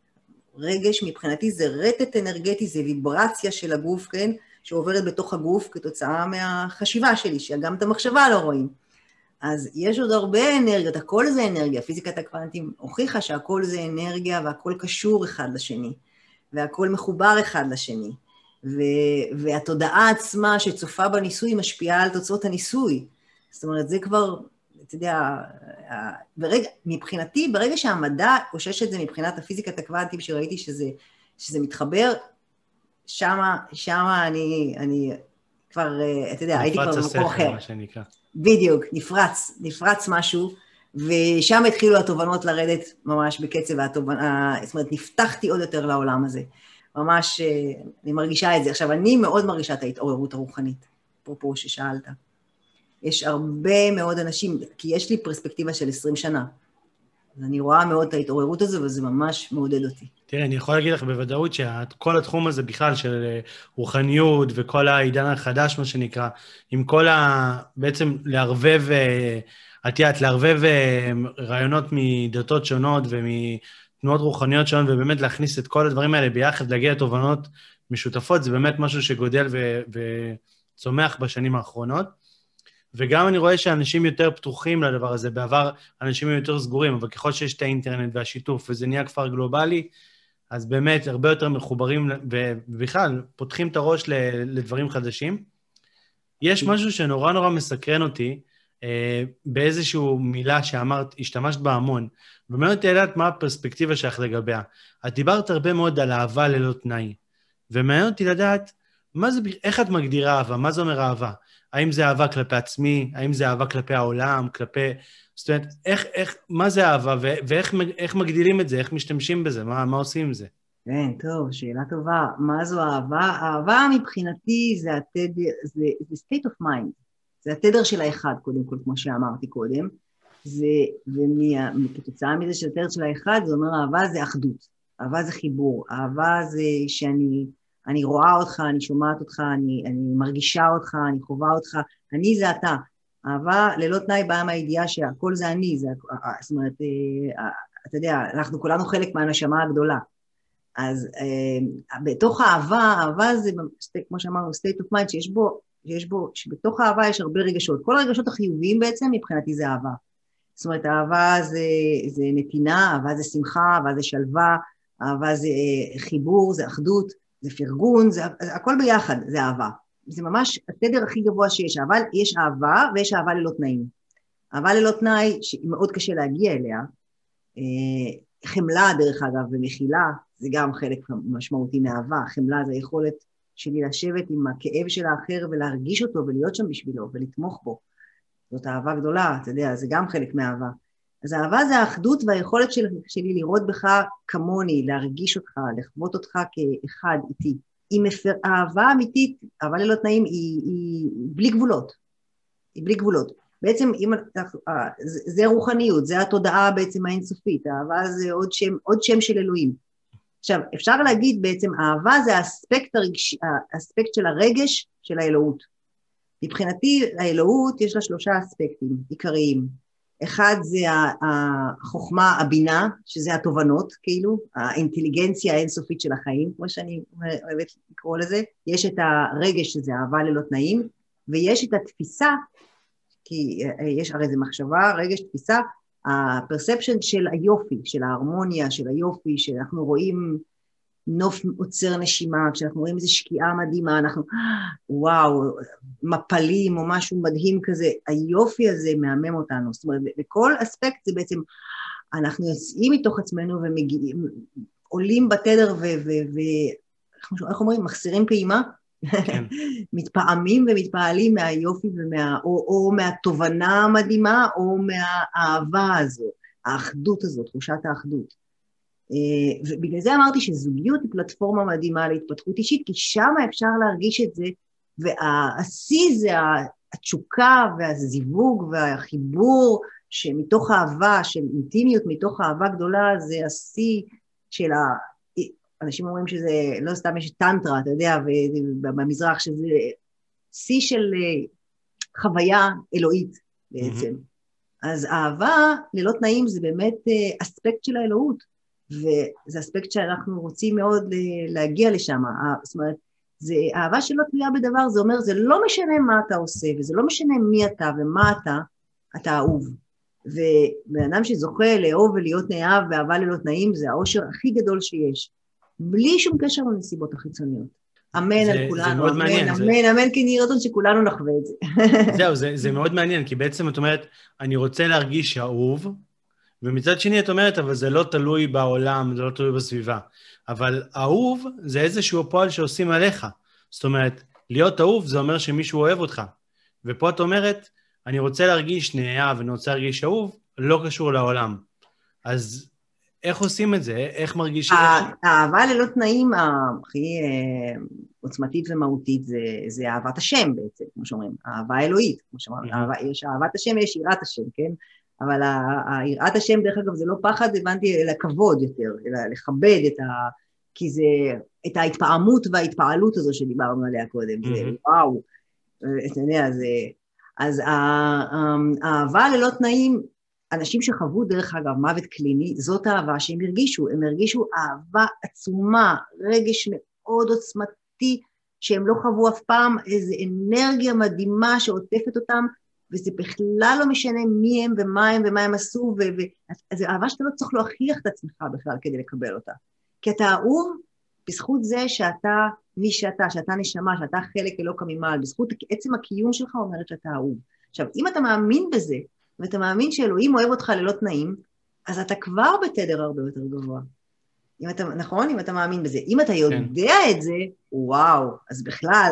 רגש מבחינתי זה רטט אנרגטי, זה ויברציה של הגוף, כן? שעוברת בתוך הגוף כתוצאה מהחשיבה שלי, שגם את המחשבה לא רואים. אז יש עוד הרבה אנרגיות, הכל זה אנרגיה, פיזיקת הקוונטים הוכיחה שהכל זה אנרגיה והכל קשור אחד לשני, והכל מחובר אחד לשני, ו- והתודעה עצמה שצופה בניסוי משפיעה על תוצאות הניסוי. זאת אומרת, זה כבר, אתה יודע, ברגע, מבחינתי, ברגע שהמדע קושש את זה מבחינת הפיזיקת הקוונטים, שראיתי שזה, שזה מתחבר, שמה, שמה אני, אני כבר, אתה יודע, הייתי כבר במקום אחר. בדיוק, נפרץ, נפרץ משהו, ושם התחילו התובנות לרדת ממש בקצב התובנה, זאת אומרת, נפתחתי עוד יותר לעולם הזה. ממש, אני מרגישה את זה. עכשיו, אני מאוד מרגישה את ההתעוררות הרוחנית, אפרופו ששאלת. יש הרבה מאוד אנשים, כי יש לי פרספקטיבה של עשרים שנה, אז אני רואה מאוד את ההתעוררות הזו, וזה ממש מעודד אותי. תראה, אני יכול להגיד לך בוודאות שכל התחום הזה בכלל של רוחניות וכל העידן החדש, מה שנקרא, עם כל ה... בעצם לערבב, את יודעת, לערבב רעיונות מדתות שונות ומתנועות רוחניות שונות, ובאמת להכניס את כל הדברים האלה ביחד, להגיע לתובנות משותפות, זה באמת משהו שגודל ו... וצומח בשנים האחרונות. וגם אני רואה שאנשים יותר פתוחים לדבר הזה, בעבר אנשים יותר סגורים, אבל ככל שיש את האינטרנט והשיתוף, וזה נהיה כפר גלובלי, אז באמת הרבה יותר מחוברים, ובכלל פותחים את הראש לדברים חדשים. יש משהו שנורא נורא מסקרן אותי, באיזשהו מילה שאמרת, השתמשת בה המון, ואומר אותי לדעת מה הפרספקטיבה שלך לגביה. את דיברת הרבה מאוד על אהבה ללא תנאי, ומעניין אותי לדעת, מה זה, איך את מגדירה אהבה? מה זה אומר אהבה? האם זה אהבה כלפי עצמי? האם זה אהבה כלפי העולם? כלפי... זאת אומרת, איך, איך, מה זה אהבה? ו- ואיך איך מגדילים את זה? איך משתמשים בזה? מה, מה עושים עם זה? כן, טוב, שאלה טובה. מה זו אהבה? אהבה מבחינתי זה התדר, זה, זה state of mind. זה התדר של האחד, קודם כל, כמו שאמרתי קודם. זה, וכתוצאה מזה של התדר של האחד, זה אומר אהבה זה אחדות. אהבה זה חיבור. אהבה זה שאני... אני רואה אותך, אני שומעת אותך, אני, אני מרגישה אותך, אני חובה אותך, אני זה אתה. אהבה ללא תנאי באה מהידיעה שהכל זה אני, זה, זאת אומרת, אתה יודע, אנחנו כולנו חלק מהנשמה הגדולה. אז בתוך האהבה, האהבה זה, כמו שאמרנו, state of mind, שיש בו, שיש בו, שבתוך האהבה יש הרבה רגשות. כל הרגשות החיוביים בעצם, מבחינתי זה אהבה. זאת אומרת, אהבה זה, זה נתינה, אהבה זה שמחה, אהבה זה שלווה, אהבה זה חיבור, זה אחדות. זה פרגון, זה, הכל ביחד, זה אהבה. זה ממש התדר הכי גבוה שיש, אבל יש אהבה ויש אהבה ללא תנאים. אהבה ללא תנאי, שמאוד קשה להגיע אליה, חמלה דרך אגב ומחילה, זה גם חלק משמעותי מאהבה, חמלה זה היכולת שלי לשבת עם הכאב של האחר ולהרגיש אותו ולהיות שם בשבילו ולתמוך בו. זאת אהבה גדולה, אתה יודע, זה גם חלק מאהבה. אז האהבה זה האחדות והיכולת של, שלי לראות בך כמוני, להרגיש אותך, לחוות אותך כאחד איתי. היא מפר... אהבה אמיתית, אהבה ללא תנאים, היא, היא בלי גבולות. היא בלי גבולות. בעצם, אם, זה רוחניות, זה התודעה בעצם האינסופית, האהבה זה עוד שם, עוד שם של אלוהים. עכשיו, אפשר להגיד בעצם, האהבה זה האספקט, הרגש, האספקט של הרגש של האלוהות. מבחינתי, האלוהות יש לה שלושה אספקטים עיקריים. אחד זה החוכמה, הבינה, שזה התובנות, כאילו, האינטליגנציה האינסופית של החיים, כמו שאני אוהבת לקרוא לזה. יש את הרגש, שזה אהבה ללא תנאים, ויש את התפיסה, כי יש הרי זה מחשבה, רגש, תפיסה, הפרספשן של היופי, של ההרמוניה, של היופי, שאנחנו רואים נוף עוצר נשימה, כשאנחנו רואים איזו שקיעה מדהימה, אנחנו, וואו, מפלים או משהו מדהים כזה, היופי הזה מהמם אותנו, זאת אומרת, בכל אספקט זה בעצם, אנחנו יוצאים מתוך עצמנו ומגיעים, עולים בתדר ואיך אומרים, מחסירים פעימה, כן. מתפעמים ומתפעלים מהיופי ומה, או, או מהתובנה המדהימה, או מהאהבה הזו, האחדות הזו, תחושת האחדות. ובגלל זה אמרתי שזוגיות היא פלטפורמה מדהימה להתפתחות אישית, כי שם אפשר להרגיש את זה, והשיא זה התשוקה והזיווג והחיבור, שמתוך אהבה, של אינטימיות, מתוך אהבה גדולה, זה השיא של ה... אנשים אומרים שזה, לא סתם יש טנטרה, אתה יודע, במזרח, שזה שיא של חוויה אלוהית בעצם. Mm-hmm. אז אהבה ללא תנאים זה באמת אספקט של האלוהות, וזה אספקט שאנחנו רוצים מאוד להגיע לשם. זאת אומרת, זה אהבה שלא תלויה בדבר, זה אומר, זה לא משנה מה אתה עושה, וזה לא משנה מי אתה ומה אתה, אתה אהוב. ובאדם שזוכה לאהוב ולהיות נאהב באהבה ללא תנאים, זה האושר הכי גדול שיש. בלי שום קשר לנסיבות החיצוניות. אמן זה, על כולנו, זה מאוד אמן, מעניין, אמן, זה... אמן, כי נהיה רצון שכולנו נחווה את זה. זהו, זה, זה מאוד מעניין, כי בעצם את אומרת, אני רוצה להרגיש אהוב, ומצד שני את אומרת, אבל זה לא תלוי בעולם, זה לא תלוי בסביבה. אבל אהוב זה איזשהו פועל שעושים עליך. זאת אומרת, להיות אהוב זה אומר שמישהו אוהב אותך. ופה את אומרת, אני רוצה להרגיש נאהב, ואני רוצה להרגיש אהוב, לא קשור לעולם. אז... איך עושים את זה? איך מרגישים? האהבה ללא תנאים הכי עוצמתית ומהותית זה אהבת השם בעצם, כמו שאומרים, אהבה אלוהית, כמו שאומרים, יש אהבת השם, יש יראת השם, כן? אבל יראת השם דרך אגב זה לא פחד, הבנתי, אלא כבוד יותר, אלא לכבד את ה... כי זה, את ההתפעמות וההתפעלות הזו שדיברנו עליה קודם, זה וואו, אתה יודע, זה... אז האהבה ללא תנאים, אנשים שחוו דרך אגב מוות קליני, זאת האהבה שהם הרגישו, הם הרגישו אהבה עצומה, רגש מאוד עוצמתי, שהם לא חוו אף פעם, איזו אנרגיה מדהימה שעוטפת אותם, וזה בכלל לא משנה מי הם ומה הם ומה הם עשו, וזו אהבה שאתה לא צריך להוכיח את עצמך בכלל כדי לקבל אותה. כי אתה אהוב בזכות זה שאתה מי שאתה, שאתה נשמה, שאתה חלק אלוקא ממעל, בזכות עצם הקיום שלך אומרת שאתה אהוב. עכשיו, אם אתה מאמין בזה, ואתה מאמין שאלוהים אוהב אותך ללא תנאים, אז אתה כבר בתדר הרבה יותר גבוה. אם אתה, נכון? אם אתה מאמין בזה. אם אתה יודע כן. את זה, וואו, אז בכלל.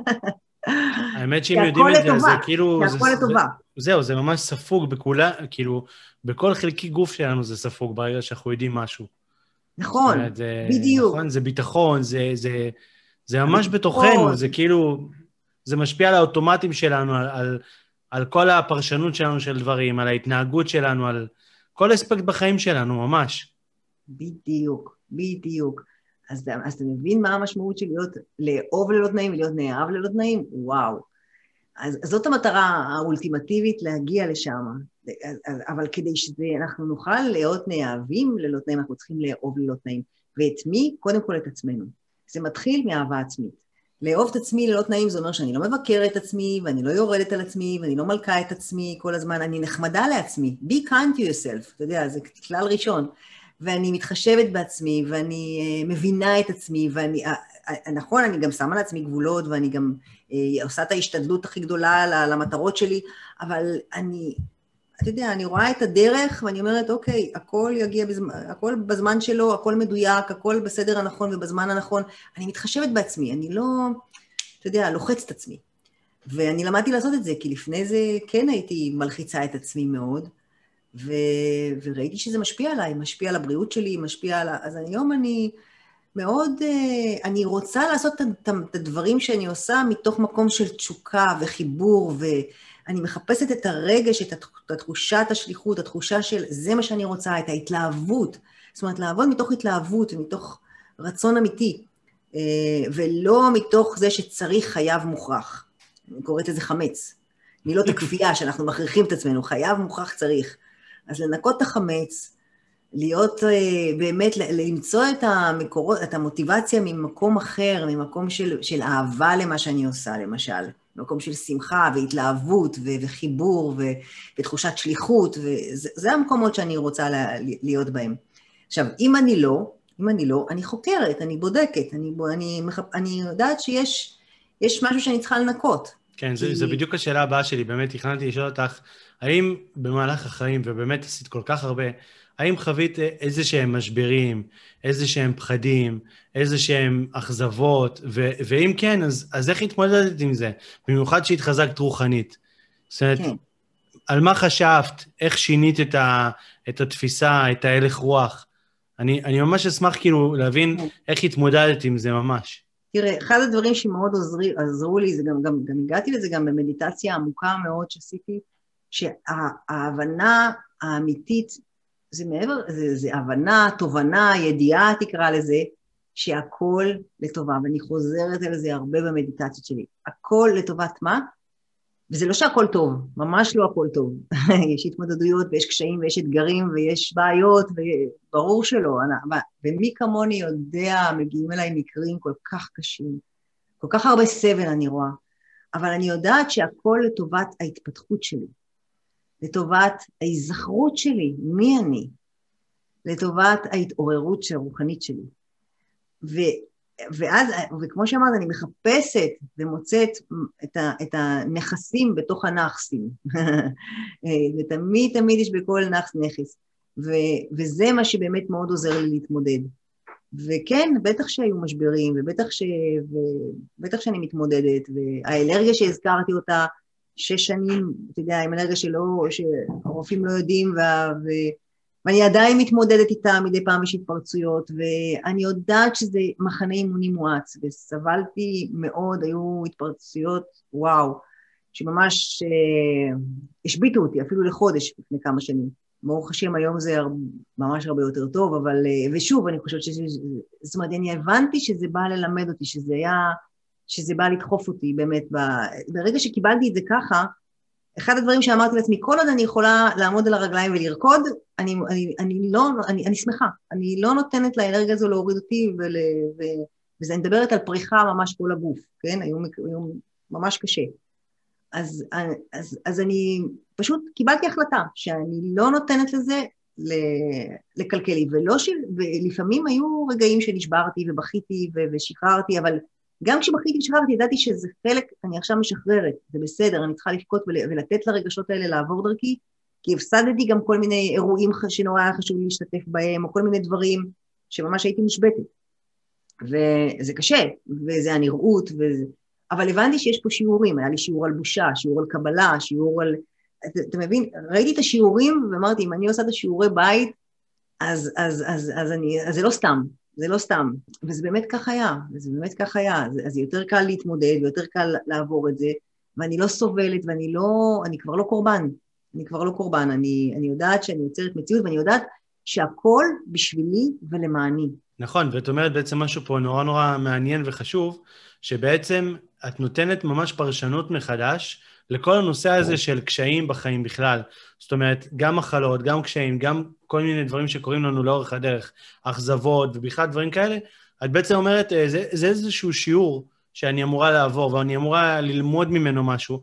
האמת שאם יודעים את זה, זה כאילו... זה הכל לטובה. זהו, זה ממש ספוג בכולה, כאילו, בכל חלקי גוף שלנו זה ספוג, ברגע שאנחנו יודעים משהו. נכון, אומרת, זה, בדיוק. נכון, זה ביטחון, זה, זה, זה ממש בתוכנו, זה כאילו, זה משפיע על האוטומטים שלנו, על... על על כל הפרשנות שלנו של דברים, על ההתנהגות שלנו, על כל אספקט בחיים שלנו, ממש. בדיוק, בדיוק. אז, אז אתה מבין מה המשמעות של להיות, לאהוב ללא תנאים ולהיות נאהב ללא תנאים? וואו. אז, אז זאת המטרה האולטימטיבית להגיע לשם. אז, אבל כדי שאנחנו נוכל להיות נאהבים ללא תנאים, אנחנו צריכים לאהוב ללא תנאים. ואת מי? קודם כל את עצמנו. זה מתחיל מאהבה עצמית. לאהוב את עצמי ללא תנאים, זה אומר שאני לא מבקרת את עצמי, ואני לא יורדת על עצמי, ואני לא מלכה את עצמי כל הזמן, אני נחמדה לעצמי, be kind to yourself, אתה יודע, זה כלל ראשון, ואני מתחשבת בעצמי, ואני uh, מבינה את עצמי, ואני, uh, uh, נכון, אני גם שמה לעצמי גבולות, ואני גם uh, עושה את ההשתדלות הכי גדולה למטרות שלי, אבל אני, אתה יודע, אני רואה את הדרך, ואני אומרת, אוקיי, הכל יגיע בזמן, הכל בזמן שלו, הכל מדויק, הכל בסדר הנכון ובזמן הנכון, אני מתחשבת בעצמי, אני לא, אתה יודע, לוחצת את עצמי. ואני למדתי לעשות את זה, כי לפני זה כן הייתי מלחיצה את עצמי מאוד, ו... וראיתי שזה משפיע עליי, משפיע על הבריאות שלי, משפיע על... אז היום אני מאוד, אני רוצה לעשות את הדברים שאני עושה מתוך מקום של תשוקה וחיבור ו... אני מחפשת את הרגש, את התחושת השליחות, התחושה של זה מה שאני רוצה, את ההתלהבות. זאת אומרת, לעבוד מתוך התלהבות ומתוך רצון אמיתי, ולא מתוך זה שצריך חייב מוכרח. אני קוראת לזה חמץ. מילות הכפייה שאנחנו מכריחים את עצמנו, חייב מוכרח צריך. אז לנקות את החמץ, להיות באמת, למצוא את המקורות, את המוטיבציה ממקום אחר, ממקום של, של אהבה למה שאני עושה, למשל. מקום של שמחה והתלהבות וחיבור ותחושת שליחות, וזה המקומות שאני רוצה להיות בהם. עכשיו, אם אני לא, אם אני לא, אני חוקרת, אני בודקת, אני, אני, אני יודעת שיש יש משהו שאני צריכה לנקות. כן, זה, זה בדיוק השאלה הבאה שלי, באמת תכננתי לשאול אותך, האם במהלך החיים, ובאמת עשית כל כך הרבה, האם חווית איזה שהם משברים, איזה שהם פחדים, איזה שהם אכזבות, ו- ואם כן, אז, אז איך התמודדת עם זה? במיוחד שהתחזקת רוחנית. זאת אומרת, כן. על מה חשבת, איך שינית את, ה- את התפיסה, את ההלך רוח? אני, אני ממש אשמח כאילו להבין כן. איך התמודדת עם זה ממש. תראה, אחד הדברים שמאוד עזרו, עזרו לי, זה גם, גם, גם הגעתי לזה גם במדיטציה עמוקה מאוד שעשיתי, שההבנה האמיתית, זה מעבר, זה, זה הבנה, תובנה, ידיעה תקרא לזה, שהכל לטובה, ואני חוזרת על זה הרבה במדיטציות שלי. הכל לטובת מה? וזה לא שהכל טוב, ממש לא הכל טוב. יש התמודדויות ויש קשיים ויש אתגרים ויש בעיות, וברור שלא. ומי כמוני יודע, מגיעים אליי מקרים כל כך קשים, כל כך הרבה סבל אני רואה, אבל אני יודעת שהכל לטובת ההתפתחות שלי. לטובת ההיזכרות שלי, מי אני, לטובת ההתעוררות הרוחנית שלי. ו, ואז, וכמו שאמרת, אני מחפשת ומוצאת את, ה, את הנכסים בתוך הנכסים. ותמיד תמיד יש בכל נכס נכס. ו, וזה מה שבאמת מאוד עוזר לי להתמודד. וכן, בטח שהיו משברים, ובטח, ש, ובטח שאני מתמודדת, והאלרגיה שהזכרתי אותה, שש שנים, אתה יודע, עם אנרגיה שלא, שהרופאים לא יודעים, וה, ו, ואני עדיין מתמודדת איתה, מדי פעם יש התפרצויות, ואני יודעת שזה מחנה אימונים מואץ, וסבלתי מאוד, היו התפרצויות, וואו, שממש אה, השביטו אותי, אפילו לחודש לפני כמה שנים. ברוך השם, היום זה הרבה, ממש הרבה יותר טוב, אבל, ושוב, אני חושבת שזה, זאת אומרת, אני הבנתי שזה בא ללמד אותי, שזה היה, שזה בא לדחוף אותי, באמת, ברגע שקיבלתי את זה ככה, אחד הדברים שאמרתי לעצמי, כל עוד אני יכולה לעמוד על הרגליים ולרקוד, אני, אני, אני לא, אני, אני שמחה, אני לא נותנת לאנרגיה הזו להוריד אותי, ול, ו, וזה, אני מדברת על פריחה ממש כל הגוף, כן? היום, היום ממש קשה. אז, אז, אז אני פשוט קיבלתי החלטה, שאני לא נותנת לזה לקלקלי, ולא ש, ולפעמים היו רגעים שנשברתי ובכיתי ושחררתי, אבל גם כשבכיתי ושחררתי, ידעתי שזה חלק, אני עכשיו משחררת, זה בסדר, אני צריכה לפקות ולתת לרגשות האלה לעבור דרכי, כי הפסדתי גם כל מיני אירועים שנורא היה חשוב לי להשתתף בהם, או כל מיני דברים שממש הייתי מושבתת. וזה קשה, וזה הנראות, וזה... אבל הבנתי שיש פה שיעורים, היה לי שיעור על בושה, שיעור על קבלה, שיעור על... אתה, אתה מבין? ראיתי את השיעורים, ואמרתי, אם אני עושה את השיעורי בית, אז, אז, אז, אז, אני, אז זה לא סתם. זה לא סתם, וזה באמת כך היה, וזה באמת כך היה, אז, אז יותר קל להתמודד, ויותר קל לעבור את זה, ואני לא סובלת, ואני לא, אני כבר לא קורבן, אני כבר לא קורבן, אני, אני יודעת שאני יוצרת מציאות, ואני יודעת שהכל בשבילי ולמעני. נכון, ואת אומרת בעצם משהו פה נורא נורא מעניין וחשוב, שבעצם את נותנת ממש פרשנות מחדש, לכל הנושא הזה של קשיים בחיים בכלל. זאת אומרת, גם מחלות, גם קשיים, גם כל מיני דברים שקורים לנו לאורך הדרך, אכזבות ובכלל דברים כאלה, את בעצם אומרת, זה, זה איזשהו שיעור שאני אמורה לעבור, ואני אמורה ללמוד ממנו משהו,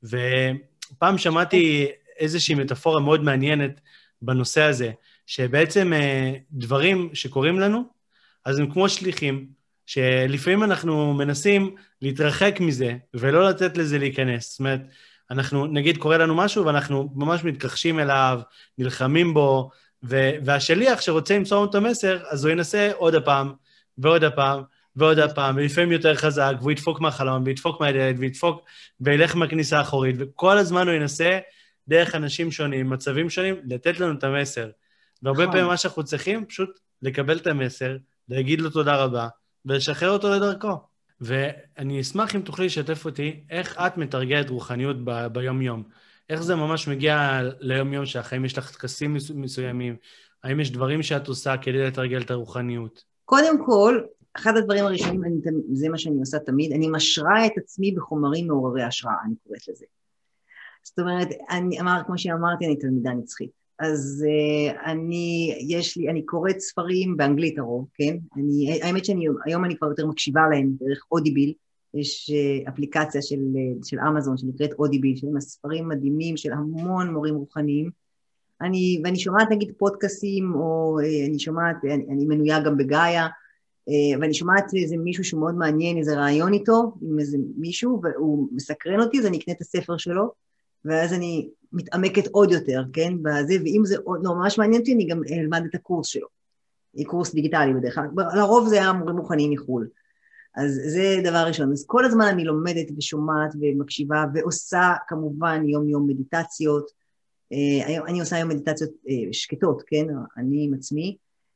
ופעם שמעתי איזושהי מטאפורה מאוד מעניינת בנושא הזה, שבעצם דברים שקורים לנו, אז הם כמו שליחים, שלפעמים אנחנו מנסים להתרחק מזה, ולא לתת לזה להיכנס. זאת אומרת, אנחנו, נגיד, קורה לנו משהו, ואנחנו ממש מתכחשים אליו, נלחמים בו, ו- והשליח שרוצה למסור את המסר, אז הוא ינסה עוד הפעם, ועוד הפעם, ועוד הפעם, ולפעמים יותר חזק, והוא ידפוק מהחלון, וידפוק מהדלת, וידפוק, וילך מהכניסה האחורית, וכל הזמן הוא ינסה, דרך אנשים שונים, מצבים שונים, לתת לנו את המסר. והרבה פעמים מה שאנחנו צריכים, פשוט לקבל את המסר, להגיד לו תודה רבה, ולשחרר אותו לדרכו. ואני אשמח אם תוכלי לשתף אותי, איך את מתרגלת רוחניות ב- ביום-יום? איך זה ממש מגיע ליום-יום שלך? האם יש לך טקסים מסוימים? האם יש דברים שאת עושה כדי לתרגל את הרוחניות? קודם כל, אחד הדברים הראשונים, אני, זה מה שאני עושה תמיד, אני משרה את עצמי בחומרים מעוררי השראה, אני קוראת לזה. זאת אומרת, אני אמר, כמו שאמרתי, אני תלמידה נצחית. אז uh, אני, יש לי, אני קוראת ספרים באנגלית הרוב, כן? אני, האמת שאני, היום אני כבר יותר מקשיבה להם דרך אודיביל, יש uh, אפליקציה של, uh, של אמזון שנקראת אודיביל, שהם ספרים מדהימים של המון מורים רוחניים, אני, ואני שומעת נגיד פודקאסים, או uh, אני שומעת, אני, אני מנויה גם בגאיה, uh, ואני שומעת איזה מישהו שהוא מאוד מעניין, איזה רעיון איתו, עם איזה מישהו, והוא מסקרן אותי, אז אני אקנה את הספר שלו, ואז אני מתעמקת עוד יותר, כן, בזה, ואם זה עוד, לא, ממש מעניין אותי, אני גם אלמד את הקורס שלו, קורס דיגיטלי בדרך כלל, לרוב זה היה מורים מוכנים מחול, אז זה דבר ראשון, אז כל הזמן אני לומדת ושומעת ומקשיבה, ועושה כמובן יום יום מדיטציות, אני עושה היום מדיטציות שקטות, כן, אני עם עצמי,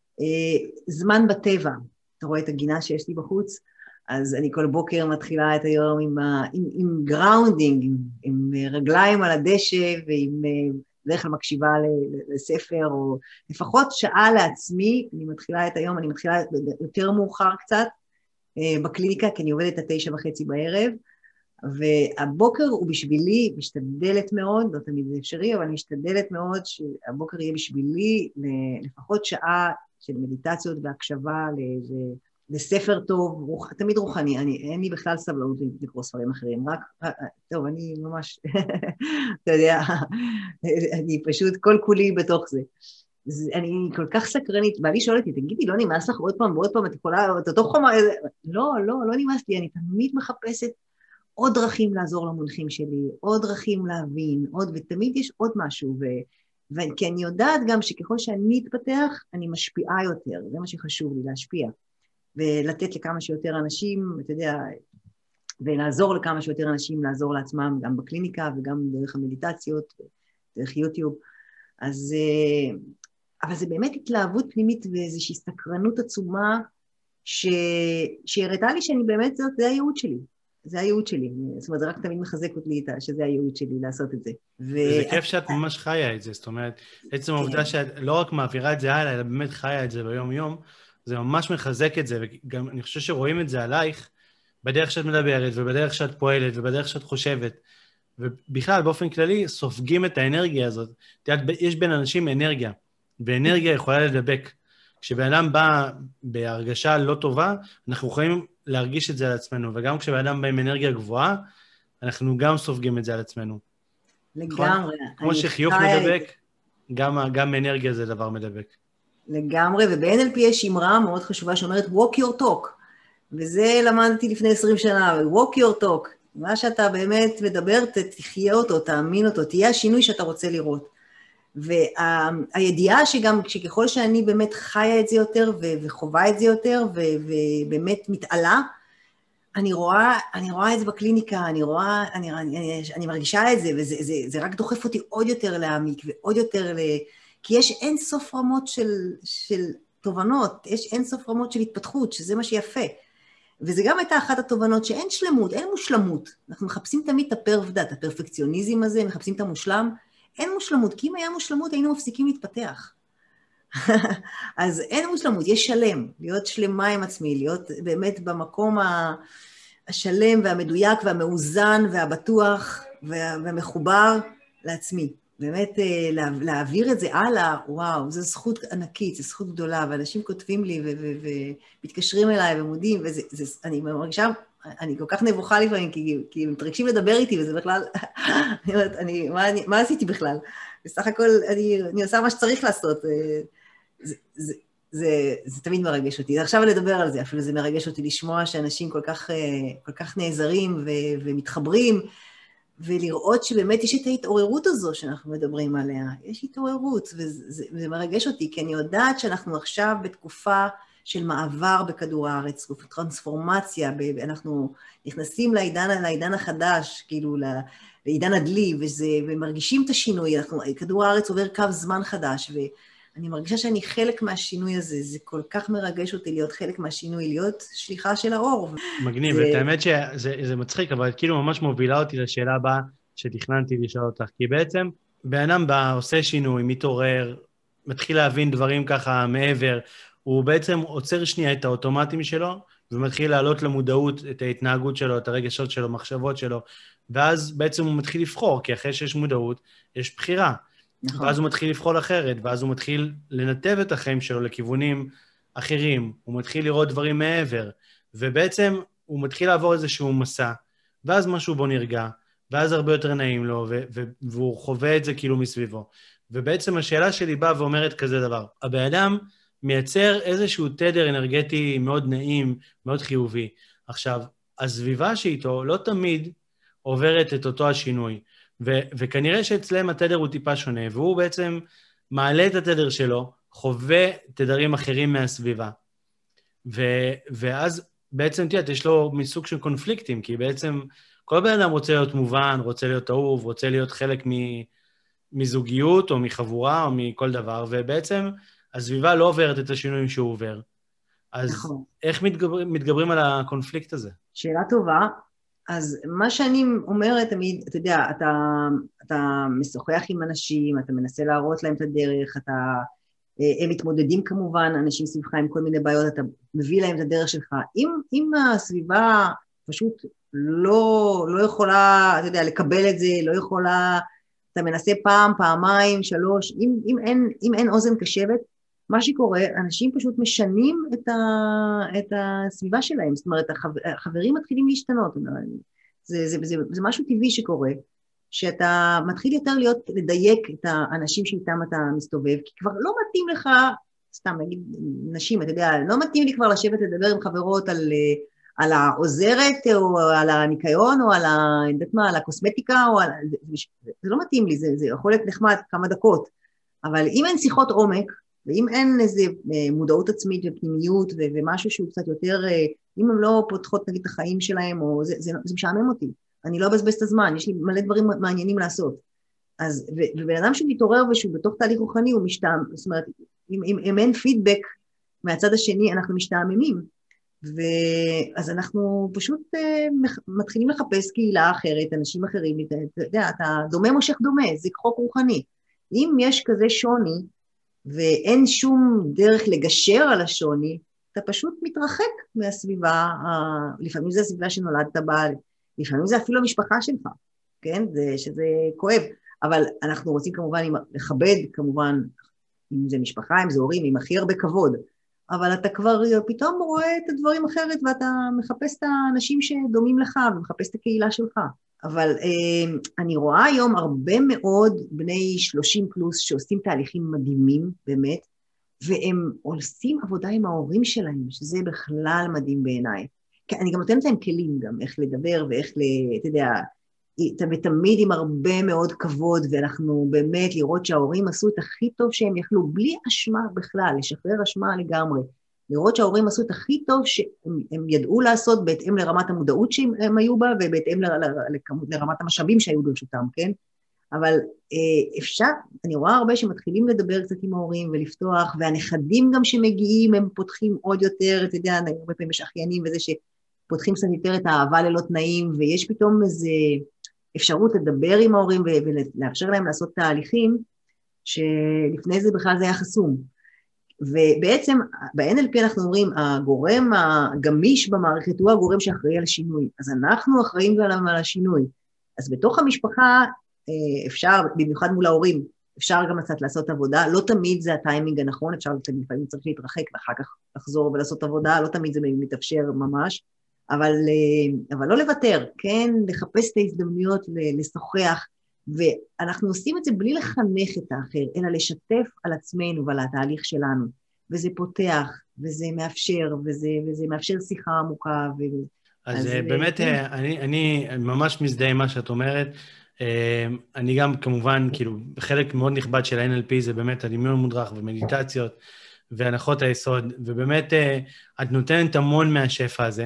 זמן בטבע, אתה רואה את הגינה שיש לי בחוץ, אז אני כל בוקר מתחילה את היום עם, עם, עם גראונדינג, עם, עם רגליים על הדשא, ועם דרך כלל מקשיבה לספר, או לפחות שעה לעצמי, אני מתחילה את היום, אני מתחילה יותר מאוחר קצת, בקליניקה, כי אני עובדת את תשע וחצי בערב, והבוקר הוא בשבילי, משתדלת מאוד, לא תמיד זה אפשרי, אבל אני משתדלת מאוד שהבוקר יהיה בשבילי לפחות שעה של מדיטציות והקשבה לאיזה, לספר טוב, רוח, תמיד רוחני, אני, אין לי בכלל סבלנות לקרוא ספרים אחרים, רק, טוב, אני ממש, אתה יודע, אני פשוט כל כולי בתוך זה. אני כל כך סקרנית, בעלי שואל אותי, תגידי, לא נמאס לך עוד פעם ועוד פעם, את יכולה, את אותו חומר, לא, לא, לא נמאס לי, אני תמיד מחפשת עוד דרכים לעזור למונחים שלי, עוד דרכים להבין, עוד, ותמיד יש עוד משהו, ו, ו, כי אני יודעת גם שככל שאני אתפתח, אני משפיעה יותר, זה מה שחשוב לי, להשפיע, ולתת לכמה שיותר אנשים, אתה יודע, ולעזור לכמה שיותר אנשים, לעזור לעצמם, גם בקליניקה, וגם דרך המדיטציות, דרך יוטיוב, אז, אבל זה באמת התלהבות פנימית, ואיזושהי סקרנות עצומה, ש, שהראתה לי שאני באמת, זה, זה הייעוד שלי. זה הייעוד שלי, זאת אומרת, זה רק תמיד מחזק אותי שזה הייעוד שלי לעשות את זה. וזה כיף שאת ממש חיה את זה, זאת אומרת, עצם העובדה שאת לא רק מעבירה את זה הלאה, אלא באמת חיה את זה ביום יום, זה ממש מחזק את זה, וגם אני חושב שרואים את זה עלייך, בדרך שאת מדברת, ובדרך שאת פועלת, ובדרך שאת חושבת, ובכלל, באופן כללי, סופגים את האנרגיה הזאת. יש בין אנשים אנרגיה, ואנרגיה יכולה לדבק. כשבן אדם בא בהרגשה לא טובה, אנחנו יכולים להרגיש את זה על עצמנו, וגם כשבן אדם בא עם אנרגיה גבוהה, אנחנו גם סופגים את זה על עצמנו. לגמרי. כמו שחיוך מדבק, גם, גם אנרגיה זה דבר מדבק. לגמרי, וב-אן אל פי יש אמרה מאוד חשובה שאומרת walk your talk, וזה למדתי לפני עשרים שנה, walk your talk, מה שאתה באמת מדבר, תחיה אותו, תאמין אותו, תהיה השינוי שאתה רוצה לראות. והידיעה שגם שככל שאני באמת חיה את זה יותר וחובה את זה יותר ובאמת מתעלה, אני רואה, אני רואה את זה בקליניקה, אני רואה, אני, אני, אני מרגישה את זה, וזה זה, זה רק דוחף אותי עוד יותר להעמיק ועוד יותר ל... כי יש אין סוף רמות של, של תובנות, יש אין סוף רמות של התפתחות, שזה מה שיפה. וזה גם הייתה אחת התובנות שאין שלמות, אין מושלמות. אנחנו מחפשים תמיד את הפרפדה, את הפרפקציוניזם הזה, מחפשים את המושלם, אין מושלמות, כי אם היה מושלמות היינו מפסיקים להתפתח. אז אין מושלמות, יש שלם, להיות שלמה עם עצמי, להיות באמת במקום השלם והמדויק והמאוזן והבטוח והמחובר לעצמי. באמת להעביר את זה הלאה, וואו, זו זכות ענקית, זו זכות גדולה, ואנשים כותבים לי ומתקשרים אליי ומודים, ואני מרגישה, אני כל כך נבוכה לפעמים, כי הם מתרגשים לדבר איתי, וזה בכלל, אני אומרת, מה עשיתי בכלל? בסך הכל, אני עושה מה שצריך לעשות, זה תמיד מרגש אותי. עכשיו לדבר על זה, אפילו זה מרגש אותי לשמוע שאנשים כל כך נעזרים ומתחברים, ולראות שבאמת יש את ההתעוררות הזו שאנחנו מדברים עליה. יש התעוררות, וזה מרגש אותי, כי אני יודעת שאנחנו עכשיו בתקופה של מעבר בכדור הארץ, תקופת טרנספורמציה, אנחנו נכנסים לעידן, לעידן החדש, כאילו לעידן הדלי, וזה, ומרגישים את השינוי, אנחנו, כדור הארץ עובר קו זמן חדש, אני מרגישה שאני חלק מהשינוי הזה, זה כל כך מרגש אותי להיות חלק מהשינוי, להיות שליחה של האור. מגניב, זה... ואת האמת שזה מצחיק, אבל כאילו ממש מובילה אותי לשאלה הבאה שתכננתי לשאול אותך, כי בעצם באדם בא, עושה שינוי, מתעורר, מתחיל להבין דברים ככה מעבר, הוא בעצם עוצר שנייה את האוטומטים שלו, ומתחיל להעלות למודעות את ההתנהגות שלו, את הרגשות שלו, מחשבות שלו, ואז בעצם הוא מתחיל לבחור, כי אחרי שיש מודעות, יש בחירה. נכון. ואז הוא מתחיל לבחור אחרת, ואז הוא מתחיל לנתב את החיים שלו לכיוונים אחרים, הוא מתחיל לראות דברים מעבר, ובעצם הוא מתחיל לעבור איזשהו מסע, ואז משהו בו נרגע, ואז הרבה יותר נעים לו, ו- ו- והוא חווה את זה כאילו מסביבו. ובעצם השאלה שלי באה ואומרת כזה דבר, הבן אדם מייצר איזשהו תדר אנרגטי מאוד נעים, מאוד חיובי. עכשיו, הסביבה שאיתו לא תמיד עוברת את אותו השינוי, ו- וכנראה שאצלם התדר הוא טיפה שונה, והוא בעצם מעלה את התדר שלו, חווה תדרים אחרים מהסביבה. ו- ואז בעצם, תראה, יש לו מסוג של קונפליקטים, כי בעצם כל בן אדם רוצה להיות מובן, רוצה להיות אהוב, רוצה להיות חלק מ- מזוגיות או מחבורה או מכל דבר, ובעצם הסביבה לא עוברת את השינויים שהוא עובר. אז נכון. איך מתגברים, מתגברים על הקונפליקט הזה? שאלה טובה. אז מה שאני אומרת תמיד, אתה יודע, אתה, אתה משוחח עם אנשים, אתה מנסה להראות להם את הדרך, אתה, הם מתמודדים כמובן, אנשים סביבך עם כל מיני בעיות, אתה מביא להם את הדרך שלך. אם, אם הסביבה פשוט לא, לא יכולה, אתה יודע, לקבל את זה, לא יכולה, אתה מנסה פעם, פעמיים, שלוש, אם, אם אין, אם אין אוזן קשבת, מה שקורה, אנשים פשוט משנים את, ה, את הסביבה שלהם, זאת אומרת, החבר, החברים מתחילים להשתנות, זה, זה, זה, זה משהו טבעי שקורה, שאתה מתחיל יותר להיות, לדייק את האנשים שאיתם אתה מסתובב, כי כבר לא מתאים לך, סתם נגיד נשים, אתה יודע, לא מתאים לי כבר לשבת לדבר עם חברות על, על העוזרת, או על הניקיון, או על, ה, מה, על הקוסמטיקה, או על, זה, זה, זה לא מתאים לי, זה, זה יכול להיות נחמד כמה דקות, אבל אם אין שיחות עומק, ואם אין איזו מודעות עצמית ופנימיות ו- ומשהו שהוא קצת יותר, אם הם לא פותחות נגיד את החיים שלהם, או זה, זה, זה משעמם אותי, אני לא אבזבז את הזמן, יש לי מלא דברים מעניינים לעשות. אז, ו- ובן אדם שהוא מתעורר ושהוא בתוך תהליך רוחני, הוא משתעמם, זאת אומרת, אם, אם, אם אין פידבק מהצד השני, אנחנו משתעממים, ואז אנחנו פשוט uh, מתחילים לחפש קהילה אחרת, אנשים אחרים, אתה יודע, אתה דומה מושך דומה, זה חוק רוחני. אם יש כזה שוני, ואין שום דרך לגשר על השוני, אתה פשוט מתרחק מהסביבה, לפעמים זה הסביבה שנולדת בה, לפעמים זה אפילו המשפחה שלך, כן? זה, שזה כואב, אבל אנחנו רוצים כמובן לכבד, כמובן, אם זה משפחה, אם זה הורים, עם הכי הרבה כבוד, אבל אתה כבר פתאום רואה את הדברים אחרת, ואתה מחפש את האנשים שדומים לך, ומחפש את הקהילה שלך. אבל אה, אני רואה היום הרבה מאוד בני שלושים פלוס שעושים תהליכים מדהימים, באמת, והם עושים עבודה עם ההורים שלהם, שזה בכלל מדהים בעיניי. אני גם נותנת להם כלים גם, איך לדבר ואיך, אתה יודע, ותמיד עם הרבה מאוד כבוד, ואנחנו באמת לראות שההורים עשו את הכי טוב שהם יכלו, בלי אשמה בכלל, לשחרר אשמה לגמרי. לראות שההורים עשו את הכי טוב שהם ידעו לעשות בהתאם לרמת המודעות שהם היו בה, ובהתאם ל, ל, ל, לרמת המשאבים שהיו ברשותם, כן? אבל אפשר, אני רואה הרבה שמתחילים לדבר קצת עם ההורים ולפתוח, והנכדים גם שמגיעים, הם פותחים עוד יותר, אתה יודע, הרבה פעמים יש אחיינים וזה שפותחים קצת יותר את האהבה ללא תנאים, ויש פתאום איזו אפשרות לדבר עם ההורים ולאפשר להם לעשות תהליכים, שלפני זה בכלל זה היה חסום. ובעצם ב-אן אל פי אנחנו אומרים, הגורם הגמיש במערכת הוא הגורם שאחראי על השינוי, אז אנחנו אחראים גם על השינוי. אז בתוך המשפחה אפשר, במיוחד מול ההורים, אפשר גם קצת לעשות עבודה, לא תמיד זה הטיימינג הנכון, אפשר לפעמים צריך להתרחק ואחר כך לחזור ולעשות עבודה, לא תמיד זה מתאפשר ממש, אבל, אבל לא לוותר, כן, לחפש את ההזדמנויות, לשוחח, ואנחנו עושים את זה בלי לחנך את האחר, אלא לשתף על עצמנו ועל התהליך שלנו, וזה פותח, וזה מאפשר, וזה, וזה מאפשר שיחה עמוקה. ו... אז, אז באמת, כן. אני, אני ממש מזדהה עם מה שאת אומרת, אני גם כמובן, כאילו, חלק מאוד נכבד של ה-אן אל פי זה באמת הדמיון מודרך ומדיטציות והנחות היסוד, ובאמת את נותנת המון מהשפע הזה,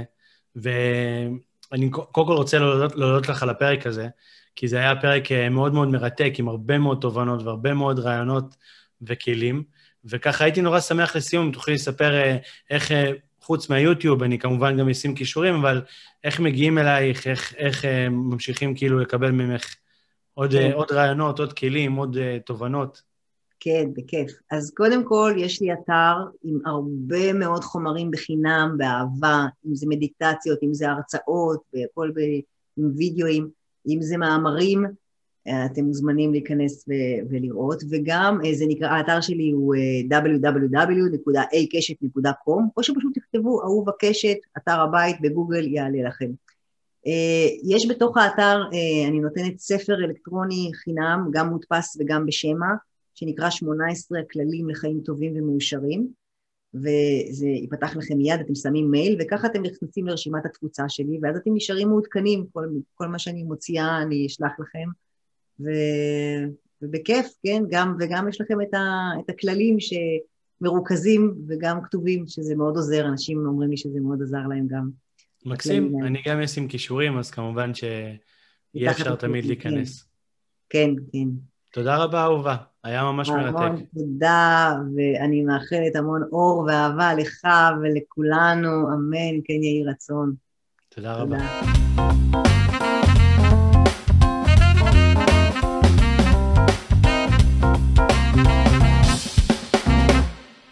ואני קודם כל רוצה להודות, להודות לך על הפרק הזה, כי זה היה פרק מאוד מאוד מרתק, עם הרבה מאוד תובנות והרבה מאוד רעיונות וכלים, וככה הייתי נורא שמח לסיום, תוכלי לספר איך, חוץ מהיוטיוב, אני כמובן גם אשים קישורים, אבל איך מגיעים אלייך, איך, איך ממשיכים כאילו לקבל ממך עוד, כן. עוד רעיונות, עוד כלים, עוד תובנות. כן, בכיף. אז קודם כל, יש לי אתר עם הרבה מאוד חומרים בחינם, באהבה, אם זה מדיטציות, אם זה הרצאות, והכל ב... עם וידאוים, אם זה מאמרים, אתם מוזמנים להיכנס ו- ולראות, וגם זה נקרא, האתר שלי הוא דאבליו דאבליו דאבליו נקודה איי קשת נקודה קום, או שפשוט תכתבו אהוב הקשת, אתר הבית בגוגל יעלה לכם. יש בתוך האתר, אני נותנת ספר אלקטרוני חינם, גם מודפס וגם בשמה, שנקרא שמונה עשרה כללים לחיים טובים ומאושרים, וזה ייפתח לכם מיד, אתם שמים מייל, וככה אתם נכנסים לרשימת התפוצה שלי, ואז אתם נשארים מעודכנים, כל, כל מה שאני מוציאה אני אשלח לכם, ו... ובכיף, כן, גם, וגם יש לכם את, ה... את הכללים שמרוכזים וגם כתובים, שזה מאוד עוזר, אנשים אומרים לי שזה מאוד עזר להם גם. מקסים, אני גם אשים קישורים, אז כמובן שיהיה אפשר תמיד להיכנס. כן, כן. תודה רבה, אהובה, היה ממש מרתק. המון תודה, ואני מאחלת המון אור ואהבה לך ולכולנו, אמן, כן יהי רצון. תודה רבה.